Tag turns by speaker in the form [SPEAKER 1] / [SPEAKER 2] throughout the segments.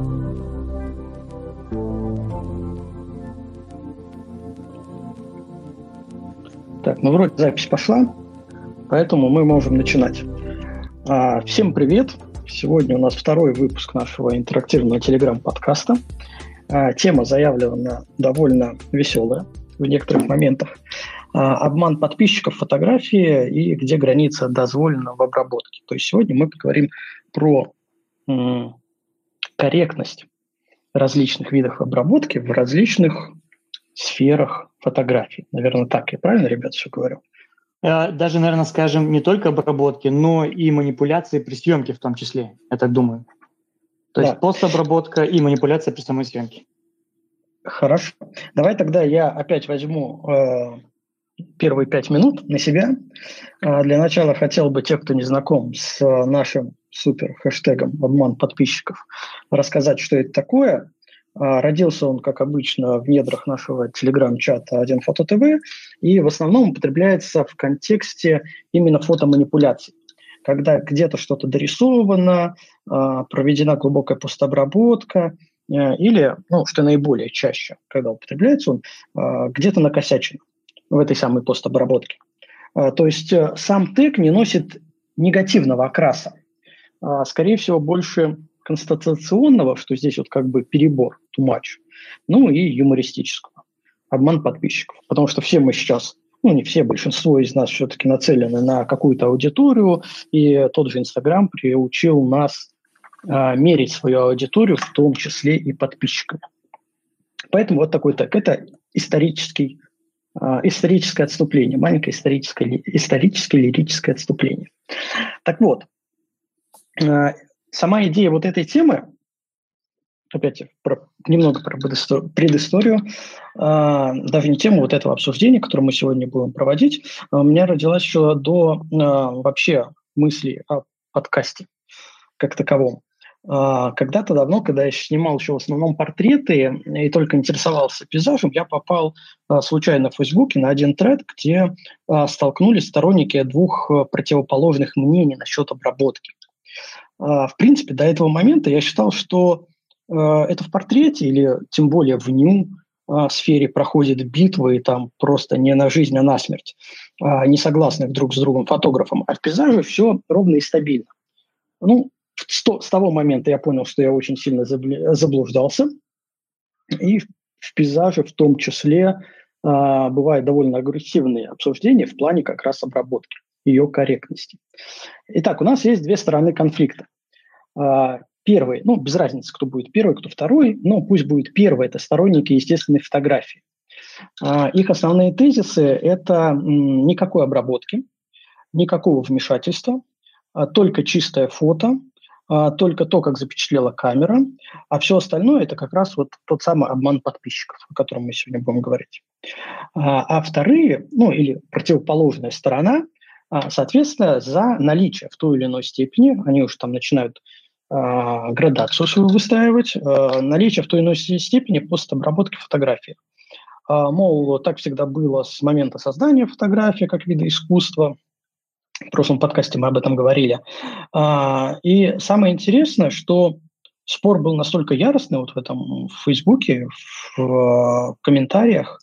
[SPEAKER 1] Так, ну вроде запись пошла, поэтому мы можем начинать. Всем привет! Сегодня у нас второй выпуск нашего интерактивного телеграм-подкаста. Тема заявлена довольно веселая в некоторых моментах. Обман подписчиков фотографии и где граница дозволенного в обработке. То есть сегодня мы поговорим про корректность различных видов обработки в различных сферах фотографий. Наверное, так я правильно, ребят, все говорю?
[SPEAKER 2] Даже, наверное, скажем, не только обработки, но и манипуляции при съемке в том числе, я так думаю. То есть постобработка и манипуляция при самой съемке.
[SPEAKER 1] Хорошо. Давай тогда я опять возьму первые 5 минут на себя. Для начала хотел бы тех, кто не знаком с нашим супер хэштегом «Обман подписчиков», рассказать, что это такое. Родился он, как обычно, в недрах нашего телеграм-чата «Один фото ТВ», и в основном употребляется в контексте именно фотоманипуляций. Когда где-то что-то дорисовано, проведена глубокая постобработка, или, что наиболее чаще, когда употребляется он, где-то накосячено в этой самой постобработке. То есть сам тег не носит негативного окраса, скорее всего, больше констатационного, что здесь вот как бы перебор, too much, и юмористического, обман подписчиков. Потому что все мы сейчас, не все, большинство из нас все-таки нацелены на какую-то аудиторию, и тот же Инстаграм приучил нас мерить свою аудиторию, в том числе и подписчиками. Поэтому вот такой тег. Это историческое отступление, маленькое историческое лирическое отступление. Так вот, сама идея вот этой темы, опять немного про предысторию, даже не тему вот этого обсуждения, которое мы сегодня будем проводить, у меня родилась еще до вообще мысли о подкасте как таковом. Когда-то давно, когда я снимал еще в основном портреты и только интересовался пейзажем, я попал случайно в Фейсбуке на один тред, где столкнулись сторонники двух противоположных мнений насчет обработки. В принципе, до этого момента я считал, что это в портрете или тем более в сфере проходит битвы, и там просто не на жизнь, а на смерть несогласных друг с другом фотографом, а в пейзаже все ровно и стабильно. С того момента я понял, что я очень сильно заблуждался, и в пейзаже в том числе бывают довольно агрессивные обсуждения в плане как раз обработки, ее корректности. Итак, у нас есть две стороны конфликта. Первый, без разницы, кто будет первый, кто второй, но пусть будет первый, это сторонники естественной фотографии. Их основные тезисы – это никакой обработки, никакого вмешательства, только чистое фото, только то, как запечатлела камера, а все остальное – это как раз вот тот самый обман подписчиков, о котором мы сегодня будем говорить. А вторые, или противоположная сторона, соответственно, за наличие в той или иной степени, они уже там начинают градацию свою выстраивать, наличие в той или иной степени постобработки фотографии. Мол, так всегда было с момента создания фотографии как вида искусства. В прошлом подкасте мы об этом говорили. И самое интересное, что спор был настолько яростный вот в Фейсбуке, в комментариях,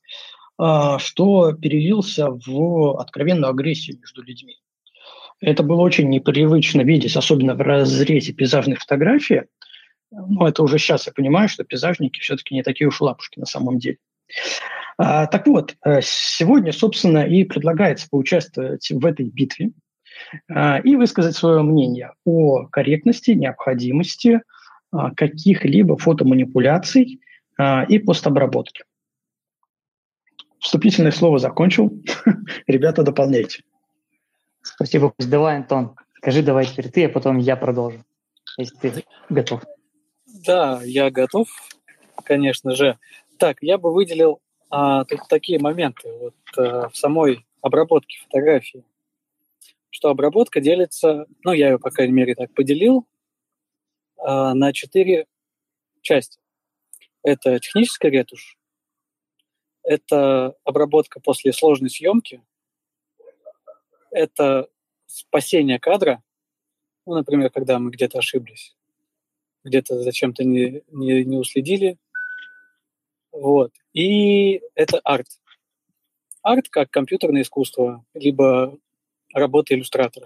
[SPEAKER 1] что перелился в откровенную агрессию между людьми. Это было очень непривычно видеть, особенно в разрезе пейзажной фотографии. Это уже сейчас я понимаю, что пейзажники все-таки не такие уж лапушки на самом деле. Так вот, сегодня, собственно, и предлагается поучаствовать в этой битве и высказать свое мнение о корректности, необходимости каких-либо фотоманипуляций и постобработки. Вступительное слово закончил. Ребята, дополняйте.
[SPEAKER 2] Спасибо. Давай, Антон, скажи давай теперь ты, а потом я продолжу, если ты готов.
[SPEAKER 3] Да, я готов, конечно же. Так, я бы выделил тут такие моменты в самой обработке фотографии, что обработка делится, я ее, по крайней мере, так поделил, на 4 части. Это техническая ретушь, это обработка после сложной съемки, это спасение кадра, например, когда мы где-то ошиблись, где-то зачем-то не уследили. Вот. И это арт. Арт как компьютерное искусство, либо работа иллюстратора.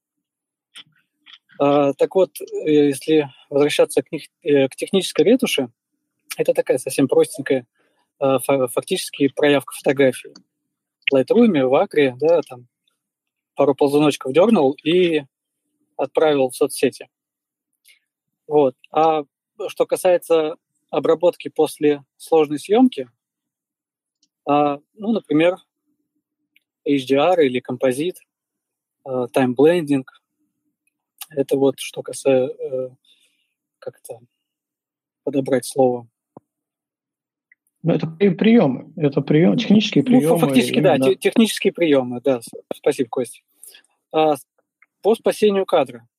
[SPEAKER 3] Так вот, если возвращаться к технической ретуши, это такая совсем простенькая фактически проявка фотографии. В Lightroom, в Acre, да, там пару ползуночков дернул и отправил в соцсети. Вот. А что касается обработки после сложной съемки, например, HDR или композит, таймблендинг, это вот что касается, как-то подобрать слово.
[SPEAKER 1] Ну, это приемы, технические приемы.
[SPEAKER 3] Фактически, именно... да, технические приемы, да. Спасибо, Костя. По спасению кадра.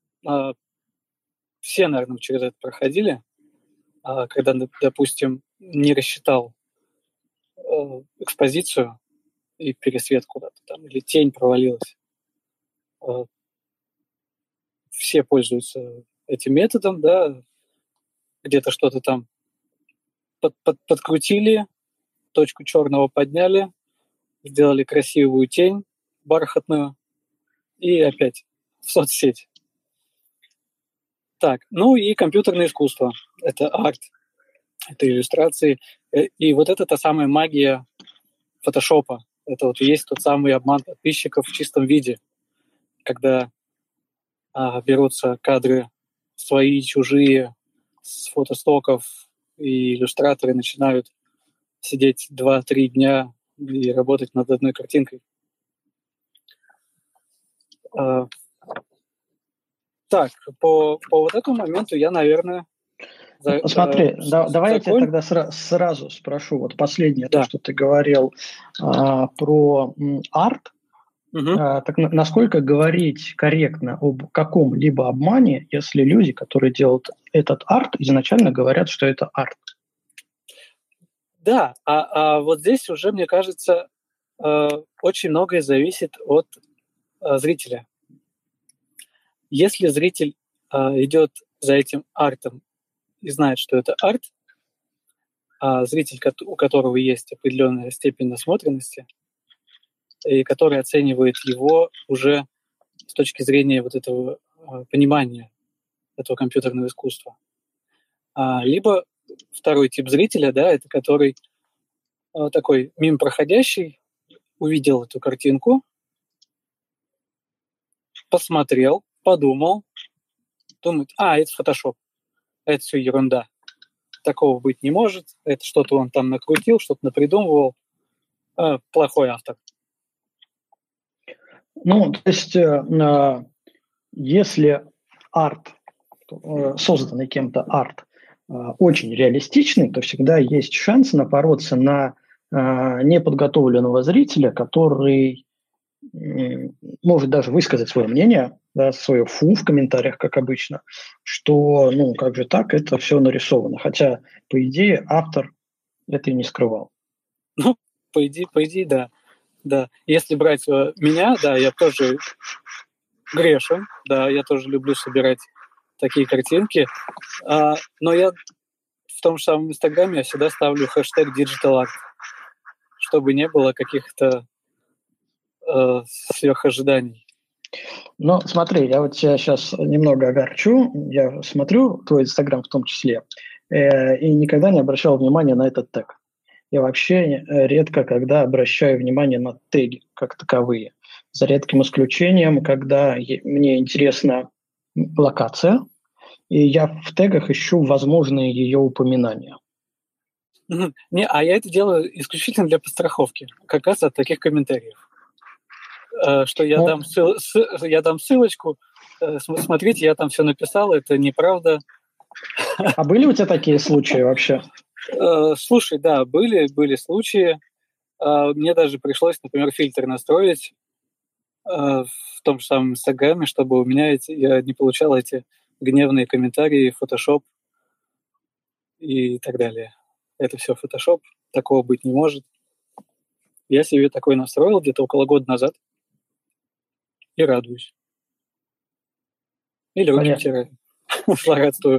[SPEAKER 3] Все, наверное, через это проходили, когда, допустим, не рассчитал экспозицию и пересвет куда-то там, или тень провалилась. Все пользуются этим методом, да, где-то что-то там подкрутили, точку черного подняли, сделали красивую тень бархатную и опять в соцсеть. Так, и компьютерное искусство. Это арт, это иллюстрации. И вот это та самая магия фотошопа. Это вот и есть тот самый обман подписчиков в чистом виде, когда берутся кадры свои, чужие, с фотостоков, и иллюстраторы начинают сидеть 2-3 дня и работать над одной картинкой. Так, по вот этому моменту я, наверное...
[SPEAKER 1] Смотри, давай я тебя тогда сразу спрошу. Вот последнее, то, что ты говорил про арт. Так насколько говорить корректно об каком-либо обмане, если люди, которые делают этот арт, изначально говорят, что это арт?
[SPEAKER 3] Да, вот здесь уже, мне кажется, очень многое зависит от зрителя. Если зритель идет за этим артом и знает, что это арт, а зритель, у которого есть определенная степень насмотренности, и который оценивает его уже с точки зрения вот этого понимания этого компьютерного искусства. Либо второй тип зрителя, да, это который такой мимо проходящий, увидел эту картинку, посмотрел, подумал, думает, это фотошоп, это все ерунда, такого быть не может, это что-то он там накрутил, что-то напридумывал, плохой автор.
[SPEAKER 1] То есть, если арт, созданный кем-то арт, очень реалистичный, то всегда есть шанс напороться на неподготовленного зрителя, который может даже высказать свое мнение, да, свое фу в комментариях, как обычно, что, как же так, это все нарисовано. Хотя, по идее, автор это и не скрывал.
[SPEAKER 3] По идее, да. Да, если брать меня, да, я тоже грешен, да, я тоже люблю собирать такие картинки, но я в том же самом Инстаграме я всегда ставлю хэштег DigitalArt, чтобы не было каких-то сверхожиданий.
[SPEAKER 1] Смотри, я вот тебя сейчас немного огорчу, я смотрю твой Инстаграм в том числе, и никогда не обращал внимания на этот тег. Я вообще редко когда обращаю внимание на теги как таковые. За редким исключением, когда мне интересна локация, и я в тегах ищу возможные ее упоминания.
[SPEAKER 3] Я это делаю исключительно для подстраховки, как раз от таких комментариев. Что я дам ссылочку, смотрите, я там все написал, это неправда.
[SPEAKER 1] А были у тебя такие случаи вообще?
[SPEAKER 3] Слушай, да, были случаи. Мне даже пришлось, например, фильтр настроить в том же самом Инстаграме, чтобы у меня я не получал эти гневные комментарии, Photoshop и так далее. Это все Photoshop, такого быть не может. Я себе такой настроил где-то около года назад и радуюсь. Или руки втираю. злорадствую.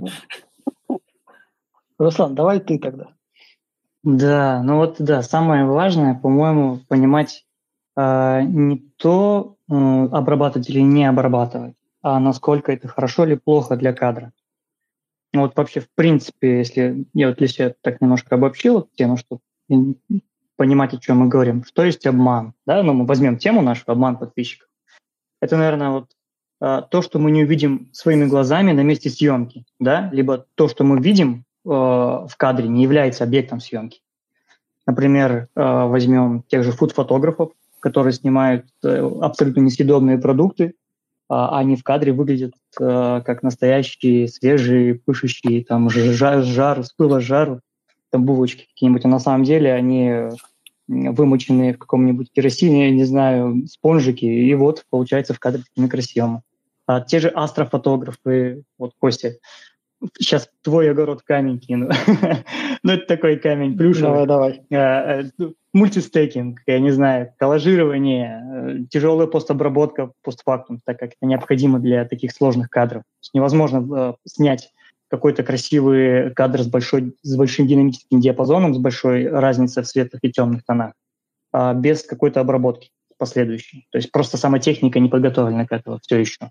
[SPEAKER 1] Руслан, давай ты тогда.
[SPEAKER 2] Да, самое важное, по-моему, понимать не то, обрабатывать или не обрабатывать, а насколько это хорошо или плохо для кадра. Вообще, в принципе, если я для себя так немножко обобщил эту тему, чтобы понимать, о чем мы говорим, что есть обман, да, мы возьмем тему нашу, обман подписчиков. Это, наверное, то, что мы не увидим своими глазами на месте съемки, да, либо то, что мы видим в кадре, не является объектом съемки. Например, возьмем тех же фуд-фотографов, которые снимают абсолютно несъедобные продукты, а они в кадре выглядят как настоящие, свежие, пышущие, там, с пыла жару, там, булочки какие-нибудь. А на самом деле они вымоченные в каком-нибудь керосине, не знаю, спонжики, и получается в кадре такими красивыми. А те же астрофотографы, Костя, сейчас твой огород камень кину. Это такой камень плюшевый.
[SPEAKER 1] Давай.
[SPEAKER 2] Мультистейкинг, я не знаю, коллажирование, тяжелая постобработка постфактум, так как это необходимо для таких сложных кадров. Невозможно снять какой-то красивый кадр с большим динамическим диапазоном, с большой разницей в светлых и темных тонах, без какой-то обработки последующей. То есть просто сама техника не подготовлена к этому все еще.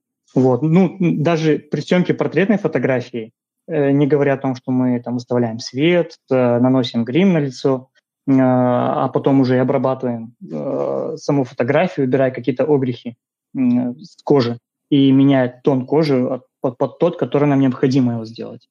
[SPEAKER 2] Даже при съемке портретной фотографии, не говоря о том, что мы там выставляем свет, наносим грим на лицо, а потом уже и обрабатываем саму фотографию, убирая какие-то огрехи с кожи и меняя тон кожи под тот, который нам необходимо его сделать.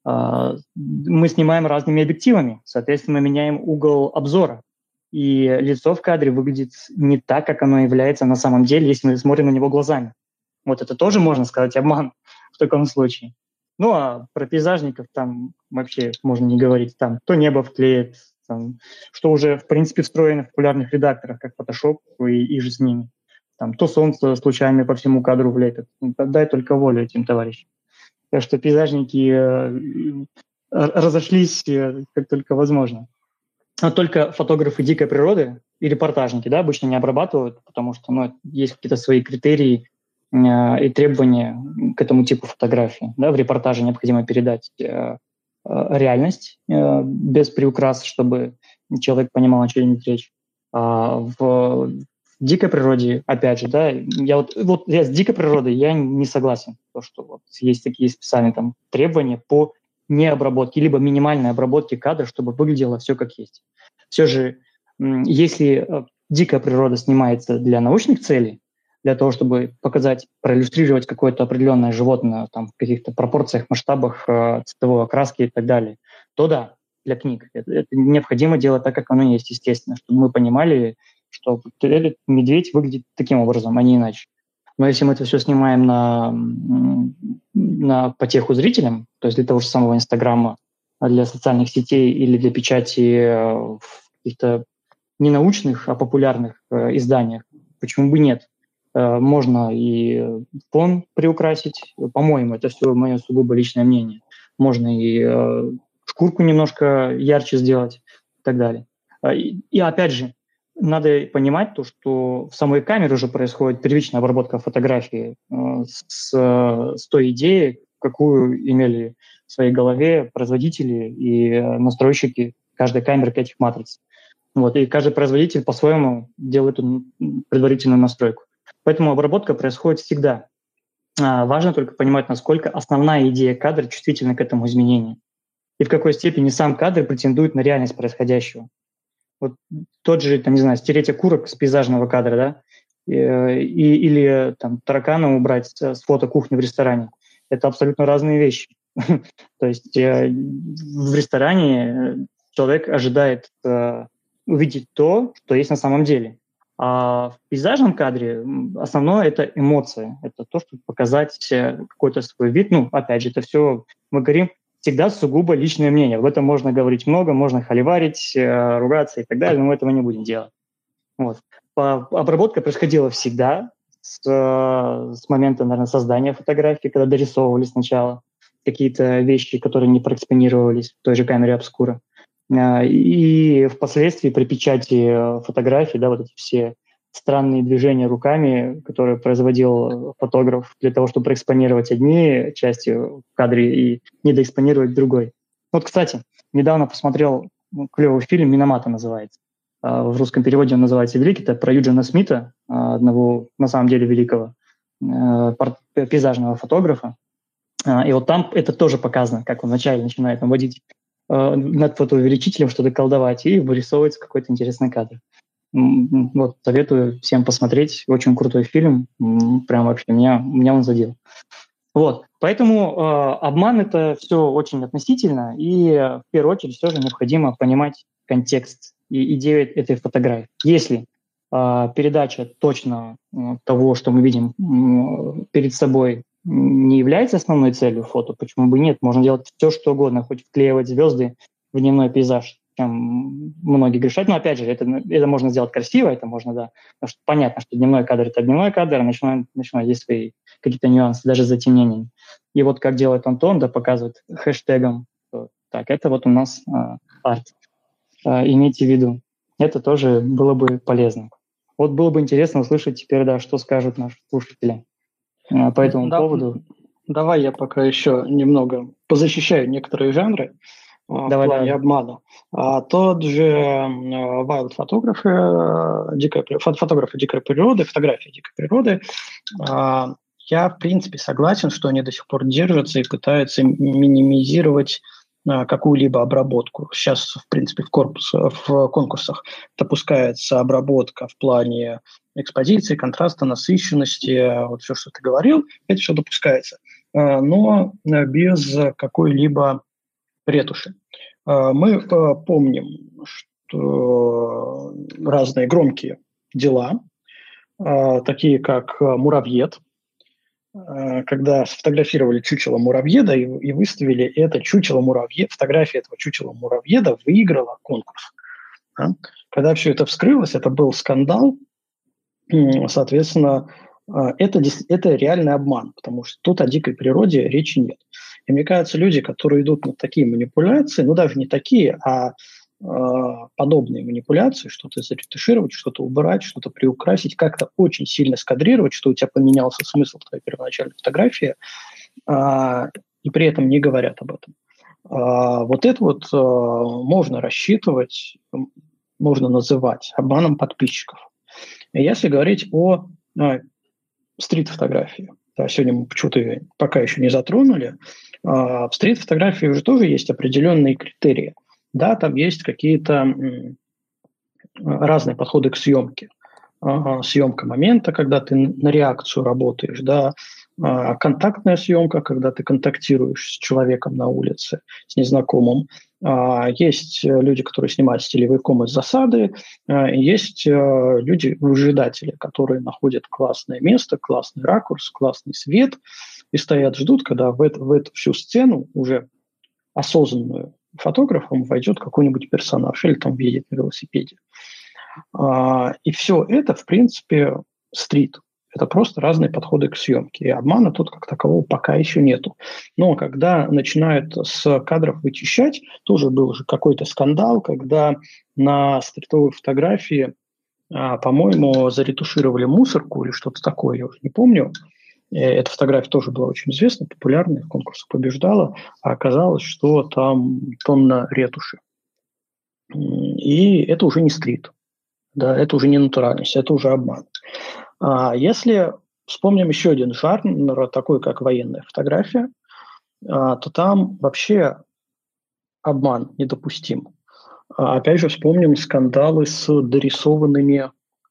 [SPEAKER 2] Мы снимаем разными объективами, соответственно, мы меняем угол обзора, и лицо в кадре выглядит не так, как оно является на самом деле, если мы смотрим на него глазами. Это тоже можно сказать обман в таком случае. А про пейзажников там вообще можно не говорить. Там то небо вклеит, там, что уже, в принципе, встроено в популярных редакторах, как Photoshop и же с ними. Там, то солнце случайно по всему кадру влепит. Дай только волю этим товарищам. Так что пейзажники разошлись как только возможно. Но только фотографы дикой природы и репортажники, да, обычно не обрабатывают, потому что есть какие-то свои критерии и требования к этому типу фотографии. Да, в репортаже необходимо передать реальность без приукрас, чтобы человек понимал, о чем идет речь. А в дикой природе, опять же, да, я с дикой природой я не согласен, то, что есть такие специальные там требования по необработке, либо минимальной обработке кадра, чтобы выглядело все как есть. Все же, если дикая природа снимается для научных целей, для того, чтобы показать, проиллюстрировать какое-то определенное животное там, в каких-то пропорциях, масштабах, цветовой окраски и так далее, то да, для книг. Это необходимо делать так, как оно есть, естественно, чтобы мы понимали, что этот медведь выглядит таким образом, а не иначе. Но если мы это все снимаем на потеху зрителям, то есть для того же самого Инстаграма, для социальных сетей или для печати в каких-то не научных, а популярных изданиях, почему бы нет? Можно и фон приукрасить, по-моему, это все мое сугубо личное мнение. Можно и шкурку немножко ярче сделать и так далее. И опять же, надо понимать то, что в самой камере уже происходит первичная обработка фотографии с той идеей, какую имели в своей голове производители и настройщики каждой камеры к этих матриц. И каждый производитель по-своему делает предварительную настройку. Поэтому обработка происходит всегда. Важно только понимать, насколько основная идея кадра чувствительна к этому изменению. И в какой степени сам кадр претендует на реальность происходящего. Тот же, стереть окурок с пейзажного кадра, да, или там таракана убрать с фото кухни в ресторане. Это абсолютно разные вещи. То есть в ресторане человек ожидает увидеть то, что есть на самом деле. А в пейзажном кадре основное – это эмоции. Это то, чтобы показать какой-то свой вид. Опять же, это все, мы говорим, всегда сугубо личное мнение. Об этом можно говорить много, можно холиварить, ругаться и так далее, но мы этого не будем делать. Обработка происходила всегда с момента, наверное, создания фотографии, когда дорисовывали сначала какие-то вещи, которые не проэкспонировались в той же камере обскура. И впоследствии при печати фотографий, да, эти все странные движения руками, которые производил фотограф для того, чтобы проэкспонировать одни части в кадре и недоэкспонировать другой. Вот, кстати, недавно посмотрел клевый фильм «Миномата» называется. В русском переводе он называется «Великий». Это про Юджина Смита, одного, на самом деле, великого пейзажного фотографа. И вот там это тоже показано, как он вначале начинает наводить над фотоувеличителем, что-то колдовать, и вырисовывается какой-то интересный кадр. Вот, советую всем посмотреть. Очень крутой фильм. Прям вообще меня он задел. Вот, поэтому обман – это все очень относительно, и в первую очередь все же необходимо понимать контекст и идею этой фотографии. Если передача точно того, что мы видим перед собой, не является основной целью фото, почему бы нет? Можно делать все, что угодно, хоть вклеивать звезды в дневной пейзаж, чем многие грешат. Но опять же, это можно сделать красиво, это можно, да. Потому что понятно, что дневной кадр – это дневной кадр, а ночной есть свои какие-то нюансы, даже с затемнением. И вот как делает Антон, да, показывает хэштегом, что, так, это вот у нас арт. Имейте в виду. Это тоже было бы полезно. Вот было бы интересно услышать теперь, да, что скажут наши слушатели по этому поводу.
[SPEAKER 1] Давай я пока еще немного позащищаю некоторые жанры в плане обмана. Тот же фотографы дикой природы, фотографии дикой природы, я, в принципе, согласен, что они до сих пор держатся и пытаются минимизировать какую-либо обработку. Сейчас, в принципе, в конкурсах допускается обработка в плане экспозиции, контраста, насыщенности, вот все, что ты говорил, это все допускается, но без какой-либо ретуши. Мы помним, что разные громкие дела, такие как «Муравьед», когда сфотографировали чучело муравьеда и выставили это чучело муравьеда, фотография этого чучела муравьеда выиграла конкурс. Да? Когда все это вскрылось, это был скандал, соответственно, это реальный обман, потому что тут о дикой природе речи нет. И мне кажется, люди, которые идут на такие манипуляции, ну даже не такие, а подобные манипуляции, что-то заретушировать, что-то убрать, что-то приукрасить, как-то очень сильно скадрировать, что у тебя поменялся смысл твоей первоначальной фотографии, и при этом не говорят об этом. Вот это вот можно рассчитывать, можно называть обманом подписчиков. И если говорить о стрит-фотографии, да, сегодня мы почему-то пока еще не затронули, в стрит-фотографии уже тоже есть определенные критерии. Да, там есть какие-то разные подходы к съемке. Съемка момента, когда ты на реакцию работаешь, да, контактная съемка, когда ты контактируешь с человеком на улице, с незнакомым. Есть люди, которые снимают стилевиком из засады, есть люди-выжидатели, которые находят классное место, классный ракурс, классный свет и стоят, ждут, когда в эту всю сцену уже осознанную фотографом войдет какой-нибудь персонаж или там едет на велосипеде. И все это, в принципе, стрит. Это просто разные подходы к съемке. И обмана тут как такового пока еще нету. Но когда начинают с кадров вычищать, тоже был уже какой-то скандал, когда на стритовой фотографии, по-моему, заретушировали мусорку или что-то такое, я уже не помню. Эта фотография тоже была очень известна, популярная, в конкурсах побеждала, а оказалось, что там тонна ретуши. И это уже не стрит, да, это уже не натуральность, это уже обман. Если вспомним еще один жанр, такой как военная фотография, то там вообще обман недопустим. Опять же, вспомним скандалы с дорисованными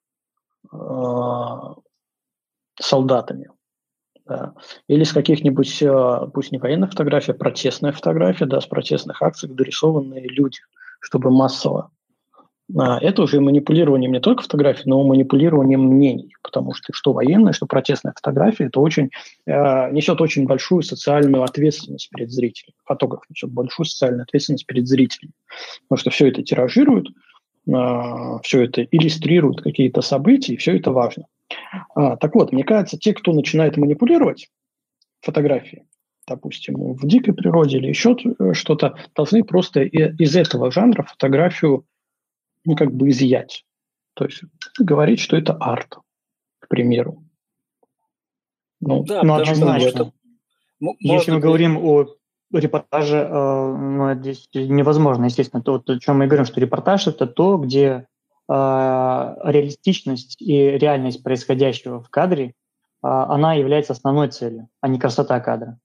[SPEAKER 1] солдатами. Да. Или с каких-нибудь, пусть не военных фотографий, а протестная фотография, да, с протестных акций дорисованные люди, чтобы массово. Это уже манипулирование не только фотографий, но и манипулирование мнений, потому что военная, что протестная фотография, это несет очень большую социальную ответственность перед зрителем. Фотограф несет большую социальную ответственность перед зрителем, потому что все это тиражируют, все это иллюстрирует какие-то события, и все это важно. Так вот, мне кажется, те, кто начинает манипулировать фотографии, допустим, в дикой природе или еще что-то, должны просто из этого жанра фотографию как бы изъять. То есть говорить, что это арт, к примеру.
[SPEAKER 3] Да,
[SPEAKER 2] Ну,
[SPEAKER 3] потому что
[SPEAKER 2] однозначно. Если мы говорим о репортаже, это здесь невозможно, естественно. То, о чем мы говорим, что репортаж – это то, где реалистичность и реальность происходящего в кадре, она является основной целью, а не красота кадра.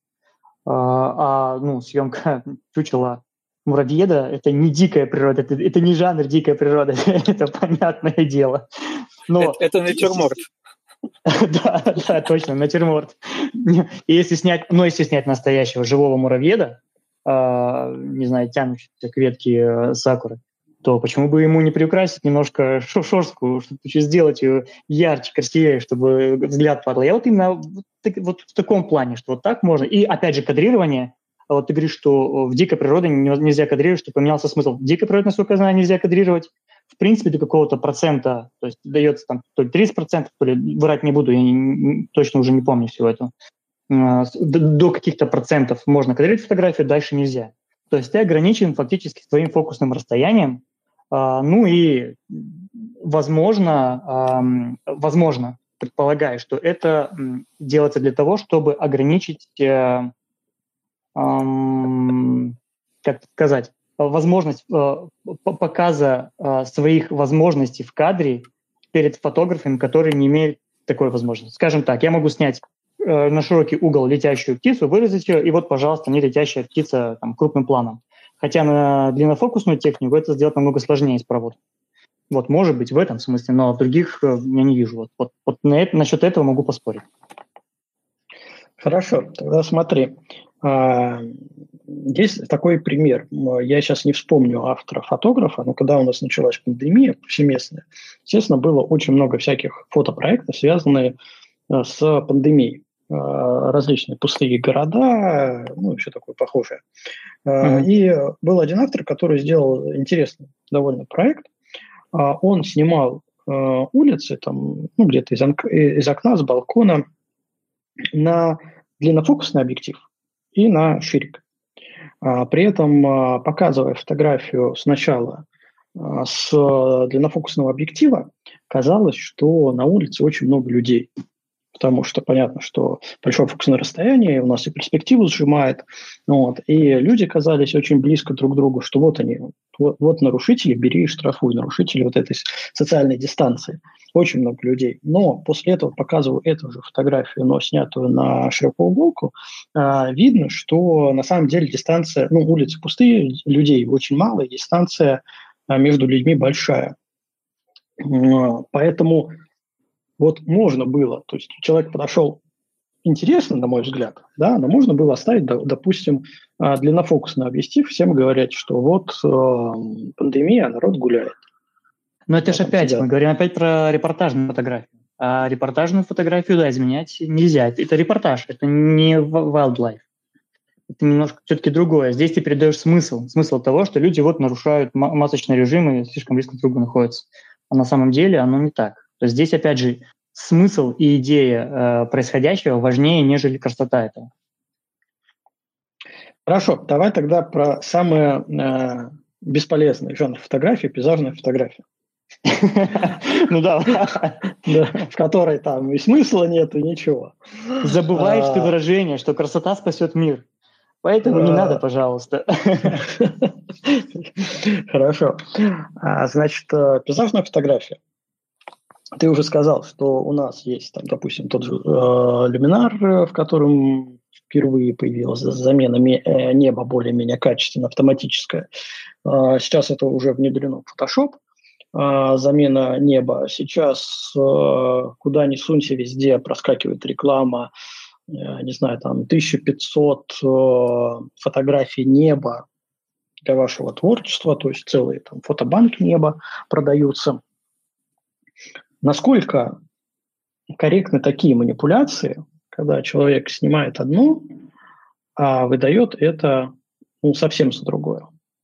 [SPEAKER 2] Съемка чучела муравьеда – это не дикая природа, это не жанр дикая природа, это понятное дело. Но
[SPEAKER 3] это натюрморт.
[SPEAKER 2] Да, точно, натюрморт. Если снять настоящего живого муравьеда, не знаю, тянущегося к ветке сакуры, то почему бы ему не приукрасить немножко шерстку, чтобы сделать ее ярче, красивее, чтобы взгляд падал. Я вот именно вот в таком плане, что вот так можно. И опять же кадрирование. Вот ты говоришь, что в дикой природе нельзя кадрировать, что поменялся смысл. В дикой природе, насколько я знаю, нельзя кадрировать. В принципе, до какого-то процента, то есть дается там то ли 30%, то ли, врать не буду, я точно уже не помню всего этого. До каких-то процентов можно кадрировать фотографию, дальше нельзя. То есть ты ограничен фактически своим фокусным расстоянием, и возможно, предполагаю, что это делается для того, чтобы ограничить, как сказать, возможность показа своих возможностей в кадре перед фотографами, которые не имеют такой возможности. Скажем так, я могу снять на широкий угол летящую птицу, вырезать ее, и вот, пожалуйста, не летящая птица там, крупным планом. Хотя на длиннофокусную технику это сделать намного сложнее из проводки. Вот, может быть, в этом смысле, но других я не вижу. Вот насчет этого могу поспорить.
[SPEAKER 1] Хорошо, тогда смотри. Есть такой пример. Я сейчас не вспомню автора-фотографа, но когда у нас началась пандемия повсеместная, естественно, было очень много всяких фотопроектов, связанных с пандемией. Различные пустые города, все такое похожее. И был один автор, который сделал интересный довольно проект. Он снимал улицы там, где-то из окна, с балкона на длиннофокусный объектив и на ширик. При этом, показывая фотографию сначала с длиннофокусного объектива, казалось, что на улице очень много людей. Потому что понятно, что большое фокусное расстояние у нас и перспективу сжимает. И люди казались очень близко друг к другу, что вот они, вот нарушители, бери и штрафуй, нарушители вот этой социальной дистанции. Очень много людей. Но после этого показываю эту же фотографию, но снятую на широкоуголку, видно, что на самом деле дистанция, улицы пустые, людей очень мало, и дистанция между людьми большая. Поэтому вот можно было, то есть человек подошел интересно, на мой взгляд, да, но можно было оставить, допустим, длиннофокусный объектив, всем говорить, что вот пандемия, народ гуляет.
[SPEAKER 2] Но это же опять, мы говорим опять про репортажную фотографию. А репортажную фотографию, изменять нельзя. Это репортаж, это не wildlife. Это немножко все-таки другое. Здесь ты передаешь смысл того, что люди нарушают масочный режим и слишком близко друг к другу находятся. А на самом деле оно не так. То есть здесь, опять же, смысл и идея происходящего важнее, нежели красота этого.
[SPEAKER 1] Хорошо, давай тогда про самый бесполезный жанр фотографии, пейзажная фотография. В которой там и смысла нет, и ничего.
[SPEAKER 2] Забываешь ты выражение, что красота спасет мир. Поэтому не надо, пожалуйста.
[SPEAKER 1] Хорошо. Значит, пейзажная фотография. Ты уже сказал, что у нас есть, там, допустим, тот же люминар, в котором впервые появилась замена неба более-менее качественно, автоматическая. Сейчас это уже внедрено в Photoshop. Замена неба. Сейчас куда ни сунься, везде проскакивает реклама, не знаю, там 1500 фотографий неба для вашего творчества, то есть целые там фотобанки неба продаются. Насколько корректны такие манипуляции, когда человек снимает одно, а выдает это совсем за другое?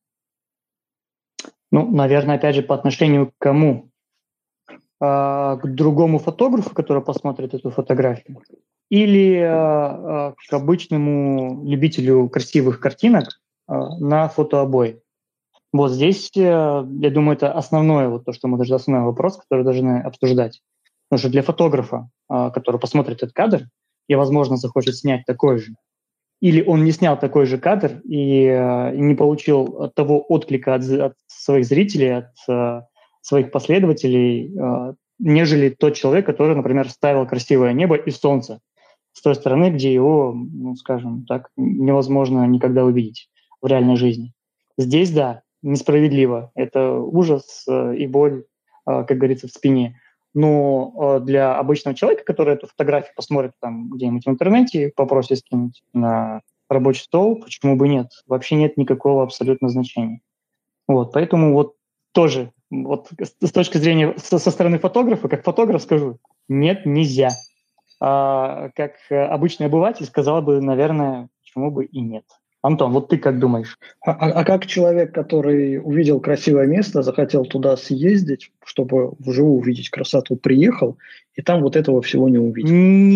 [SPEAKER 2] Наверное, опять же, по отношению к кому? К другому фотографу, который посмотрит эту фотографию? Или к обычному любителю красивых картинок на фотообои? Вот здесь, я думаю, это основное, вот то, что мы должны, основной вопрос, который должны обсуждать. Потому что для фотографа, который посмотрит этот кадр и, возможно, захочет снять такой же, или он не снял такой же кадр и не получил того отклика от своих зрителей, от своих последователей, нежели тот человек, который, например, ставил красивое небо и солнце с той стороны, где его, ну, скажем так, невозможно никогда увидеть в реальной жизни. Здесь, да, несправедливо. Это ужас и боль, как говорится, в спине. Но для обычного человека, который эту фотографию посмотрит там где-нибудь в интернете, попросит скинуть на рабочий стол, почему бы нет? Вообще нет никакого абсолютно значения. Вот, поэтому вот тоже вот с точки зрения со стороны фотографа, как фотограф скажу, нет, нельзя. А как обычный обыватель сказал бы, наверное, почему бы и нет. Антон, вот ты как думаешь?
[SPEAKER 1] А как человек, который увидел красивое место, захотел туда съездить, чтобы вживую увидеть красоту, приехал, и там вот этого всего не увидел?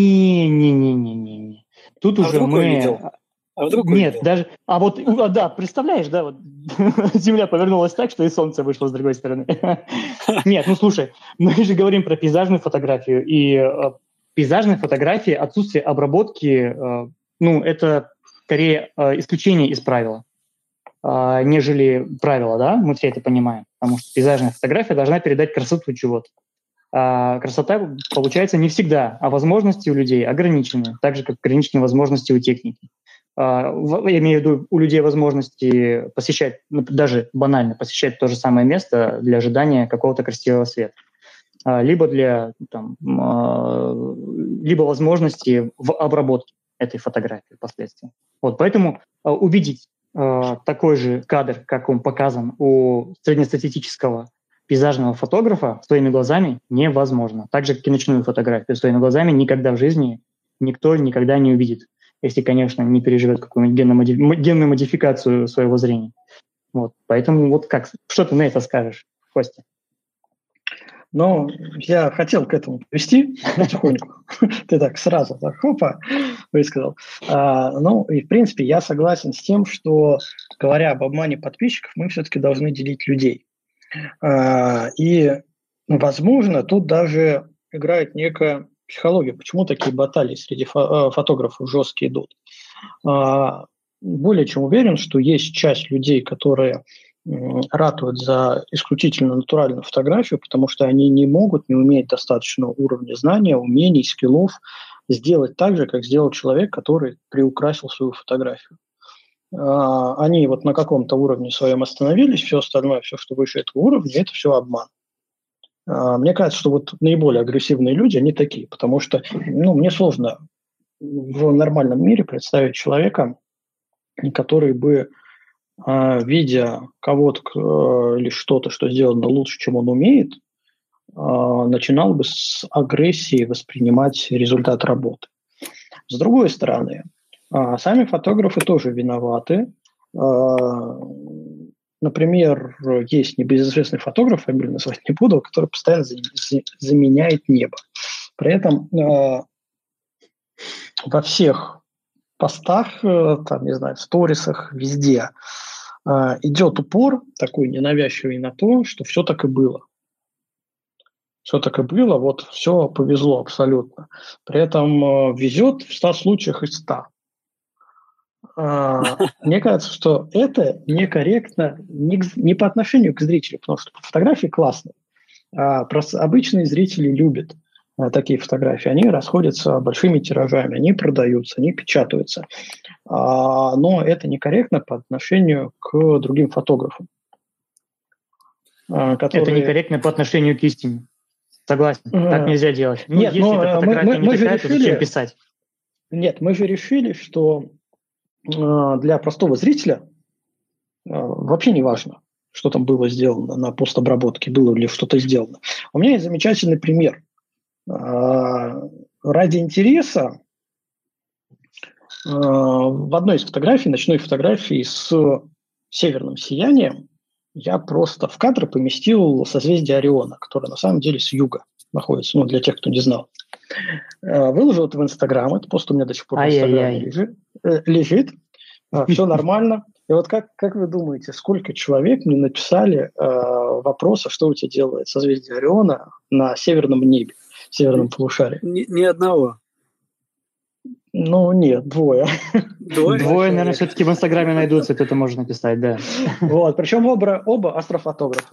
[SPEAKER 2] Не. Тут уже мы...
[SPEAKER 3] Увидел? А вдруг
[SPEAKER 2] Нет,
[SPEAKER 3] увидел?
[SPEAKER 2] даже... да, представляешь, да, вот Земля повернулась так, что и Солнце вышло с другой стороны. Нет, ну слушай, мы же говорим про пейзажную фотографию, и пейзажная фотография, отсутствие обработки, ну, это скорее исключение из правила, нежели правило, да, мы все это понимаем, потому что пейзажная фотография должна передать красоту чего-то. А красота получается не всегда, а возможности у людей ограничены, так же, как ограничены возможности у техники. Я имею в виду у людей возможности посещать, ну, даже банально посещать то же самое место для ожидания какого-то красивого света. Либо для либо возможности в обработке этой фотографии впоследствии. Вот, поэтому увидеть такой же кадр, как он показан у среднестатистического пейзажного фотографа своими глазами невозможно. Так же, как и ночную фотографию своими глазами никогда в жизни никто никогда не увидит, если, конечно, не переживет какую-нибудь генную модификацию своего зрения. Вот, поэтому вот как, что ты на это скажешь, Костя?
[SPEAKER 1] Ну, я хотел к этому привести потихоньку. Ты так сразу, так, хопа, высказал. Ну, и в принципе, я согласен с тем, что, говоря об обмане подписчиков, мы все-таки должны делить людей. И, возможно, тут даже играет некая психология. Почему такие баталии среди фотографов жесткие идут? Более чем уверен, что есть часть людей, которые ратуют за исключительно натуральную фотографию, потому что они не могут, не умеют достаточного уровня знания, умений, скиллов сделать так же, как сделал человек, который приукрасил свою фотографию. Они вот на каком-то уровне своем остановились, все остальное, все, что выше этого уровня, это все обман. Мне кажется, что вот наиболее агрессивные люди, они такие, потому что, ну, мне сложно в нормальном мире представить человека, который бы, видя кого-то или что-то, что сделано лучше, чем он умеет, начинал бы с агрессии воспринимать результат работы. С другой стороны, сами фотографы тоже виноваты. Например, есть небезызвестный фотограф, фамилию назвать не буду, который постоянно заменяет небо. При этом во всех постах, там, не знаю, в сторисах, везде идет упор такой ненавязчивый на то, что все так и было. Все так и было, вот все повезло абсолютно. При этом везет в 100 случаях из 100. Мне кажется, что это некорректно не по отношению к зрителю, потому что фотографии классные. Просто обычные зрители любят такие фотографии. Они расходятся большими тиражами, они продаются, они печатаются. Но это некорректно по отношению к другим фотографам.
[SPEAKER 2] Которые... Это некорректно по отношению к истине. Согласен. Так нельзя делать. Ну, нет, если эта фотография не такая, то зачем писать?
[SPEAKER 1] Нет, мы же решили, что для простого зрителя вообще не важно, что там было сделано на постобработке, было ли что-то сделано. У меня есть замечательный пример. Ради интереса в одной из фотографий, ночной фотографии с северным сиянием, я просто в кадр поместил созвездие Ориона, которое на самом деле с юга находится, ну, для тех, кто не знал. Выложил это в Инстаграм, это пост у меня до сих пор в Инстаграме лежит. Все нормально. И вот как вы думаете, сколько человек мне написали вопросы, что у тебя делает созвездие Ориона на северном небе, в северном полушарии?
[SPEAKER 3] Ни одного.
[SPEAKER 1] Ну, нет, двое.
[SPEAKER 2] Двое, наверное, все-таки в Инстаграме найдутся, кто-то может написать, да.
[SPEAKER 1] Вот, причем оба астрофотографа.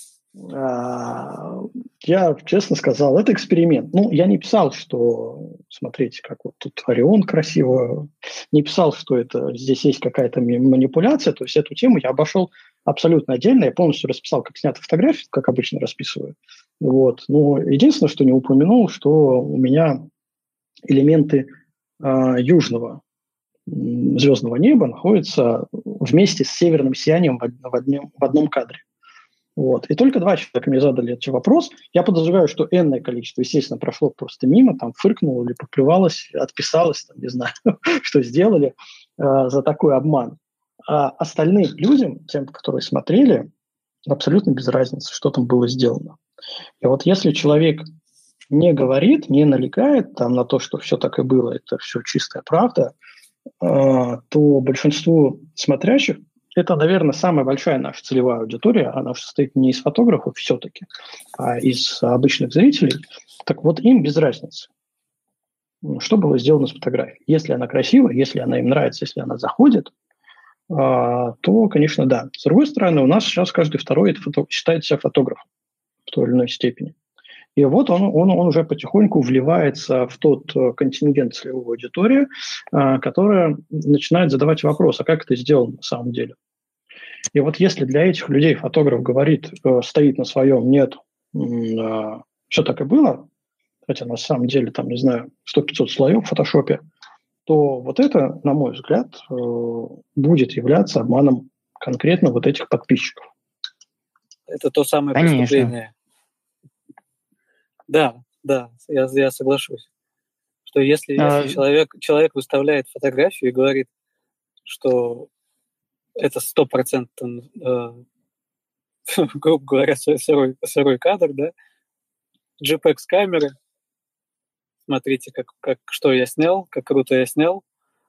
[SPEAKER 1] Я честно сказал, это эксперимент. Ну, я не писал, что, смотрите, как вот тут Орион красиво. Не писал, что это здесь есть какая-то манипуляция. То есть эту тему я обошел абсолютно отдельно. Я полностью расписал, как снята фотография, как обычно расписываю. Вот. Но единственное, что не упомянул, что у меня элементы южного звездного неба находятся вместе с северным сиянием в одном кадре. Вот. И только 2 человека мне задали этот вопрос. Я подозреваю, что энное количество, естественно, прошло просто мимо, там фыркнуло или поплевалось, отписалось, там, не знаю, что сделали за такой обман. А остальным людям, тем, которые смотрели, абсолютно без разницы, что там было сделано. И вот если человек не говорит, не налегает там, на то, что все так и было, это все чистая правда, то большинству смотрящих это, наверное, самая большая наша целевая аудитория. Она состоит не из фотографов все-таки, а из обычных зрителей. Так вот, им без разницы, что было сделано с фотографией. Если она красивая, если она им нравится, если она заходит, то, конечно, да. С другой стороны, у нас сейчас каждый второй считает себя фотографом в той или иной степени. И вот он уже потихоньку вливается в тот контингент целевой аудитории, которая начинает задавать вопрос, а как это сделано на самом деле? И вот если для этих людей фотограф говорит, стоит на своем, нет, все так и было, хотя на самом деле, там, не знаю, 100-500 слоев в фотошопе, то вот это, на мой взгляд, будет являться обманом конкретно вот этих подписчиков.
[SPEAKER 3] Это то самое преступление. Да, я соглашусь. Что если человек выставляет фотографию и говорит, что это 100%, грубо говоря, сырой кадр, да, JPEG с камеры, смотрите, что я снял, как круто я снял,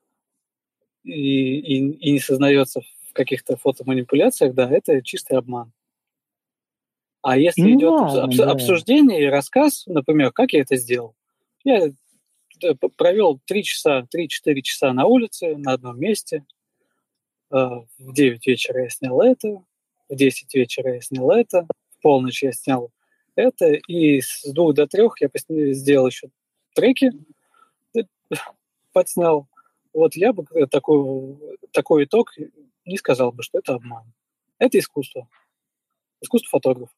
[SPEAKER 3] и не сознается в каких-то фотоманипуляциях, да, это чистый обман. А если идет обсуждение и рассказ, например, как я это сделал, я провел 3-4 часа на улице, на одном месте, в 9 вечера я снял это, в 10 вечера я снял это, в полночь я снял это, и с 2 до 3 я сделал еще треки, подснял. Вот я бы такой итог не сказал бы, что это обман. Это искусство. Искусство фотографа.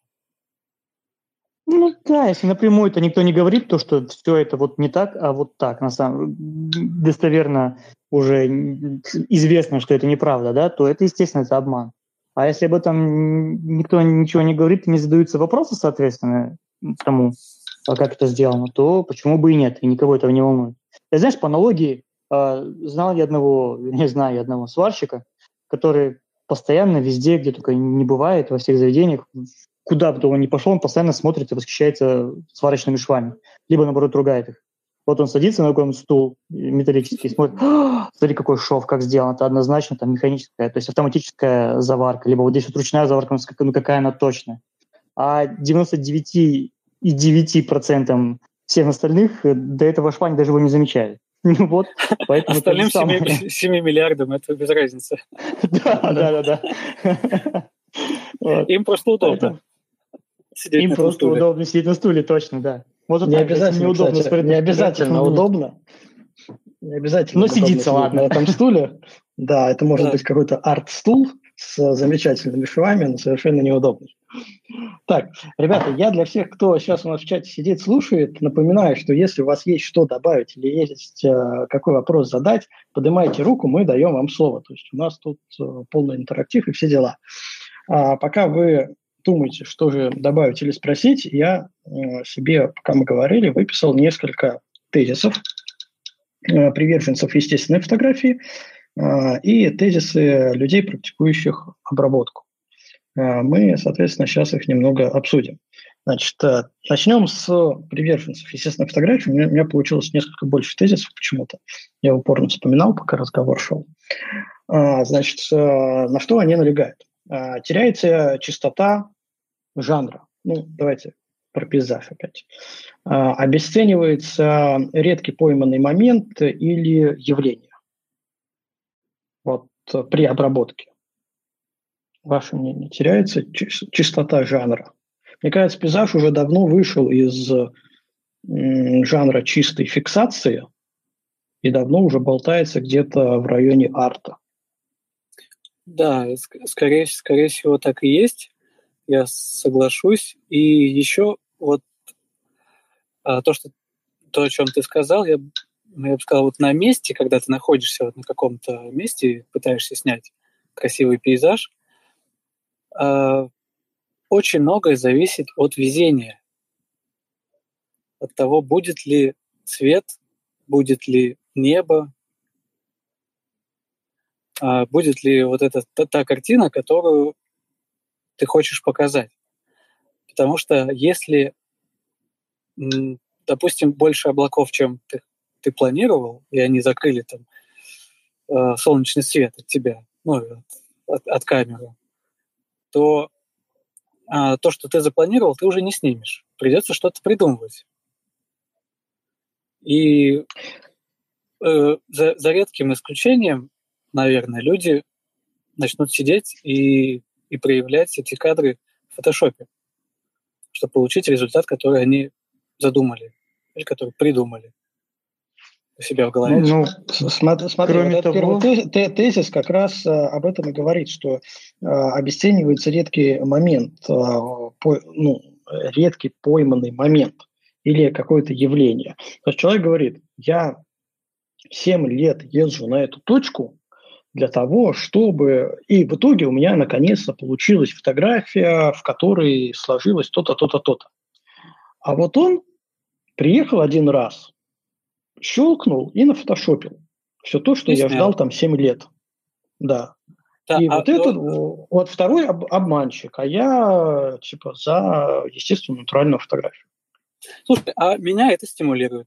[SPEAKER 2] Ну да, если напрямую-то никто не говорит, то, что все это вот не так, а вот так, на самом достоверно уже известно, что это неправда, да, то это, естественно, это обман. А если об этом никто ничего не говорит, не задаются вопросы, соответственно, тому, как это сделано, то почему бы и нет, и никого этого не волнует. Ты знаешь, по аналогии, знаю я одного сварщика, который постоянно везде, где только не бывает, во всех заведениях, куда бы он ни пошел, он постоянно смотрит и восхищается сварочными швами, либо, наоборот, ругает их. Вот он садится на какой-нибудь стул металлический, смотрит, смотри, какой шов, как сделан, это однозначно там механическая, то есть автоматическая заварка, либо вот здесь вот ручная заварка, ну какая она точная. А 99,9% всех остальных до этого шва они даже его не замечают. Вот, поэтому
[SPEAKER 3] остальным 7 миллиардам это без разницы.
[SPEAKER 2] Да.
[SPEAKER 3] Им просто удобно.
[SPEAKER 2] Им просто удобно сидеть на стуле, точно, да.
[SPEAKER 1] Вот не обязательно, кстати, не обязательно удобно. Не обязательно.
[SPEAKER 2] Но сидится, ладно.
[SPEAKER 1] На этом стуле. Да, это может быть какой-то арт-стул с замечательными швами, но совершенно неудобный. Так, ребята, я для всех, кто сейчас у нас в чате сидит, слушает, напоминаю, что если у вас есть что добавить или есть какой вопрос задать, поднимайте руку, мы даем вам слово. То есть у нас тут полный интерактив и все дела. А пока вы думаете, что же добавить или спросить, я себе, пока мы говорили, выписал несколько тезисов приверженцев естественной фотографии и тезисы людей, практикующих обработку. Мы, соответственно, сейчас их немного обсудим. Значит, начнем с приверженцев естественной фотографии. У меня получилось несколько больше тезисов почему-то. Я упорно вспоминал, пока разговор шел. Значит, на что они налегают? Теряется чистота жанра. Ну, давайте про пейзаж опять. Обесценивается редкий пойманный момент или явление. Вот при обработке. Ваше мнение, теряется чистота жанра? Мне кажется, пейзаж уже давно вышел из жанра чистой фиксации и давно уже болтается где-то в районе арта.
[SPEAKER 3] Да, скорее всего, так и есть. Я соглашусь. И еще вот то, о чем ты сказал, я бы сказал, вот на месте, когда ты находишься вот на каком-то месте и пытаешься снять красивый пейзаж, очень многое зависит от везения. От того, будет ли цвет, будет ли небо, будет ли вот та картина, которую ты хочешь показать. Потому что если, допустим, больше облаков, чем ты планировал, и они закрыли там солнечный свет от тебя, ну, от камеры, то то, что ты запланировал, ты уже не снимешь. Придется что-то придумывать. И за редким исключением, наверное, люди начнут сидеть и проявлять эти кадры в фотошопе, чтобы получить результат, который они задумали или который придумали у себя в голове.
[SPEAKER 1] Ну, смотри, вот этот первый тезис как раз об этом и говорит, что обесценивается редкий момент, редкий пойманный момент или какое-то явление. То есть человек говорит, я 7 лет езжу на эту точку для того, чтобы... И в итоге у меня наконец-то получилась фотография, в которой сложилось то-то, то-то, то-то. А вот он приехал один раз, щелкнул и нафотошопил. Все то, что я ждал там 7 лет. Да. И вот второй обманщик, а я типа за естественную натуральную фотографию.
[SPEAKER 3] Слушай, а меня это стимулирует.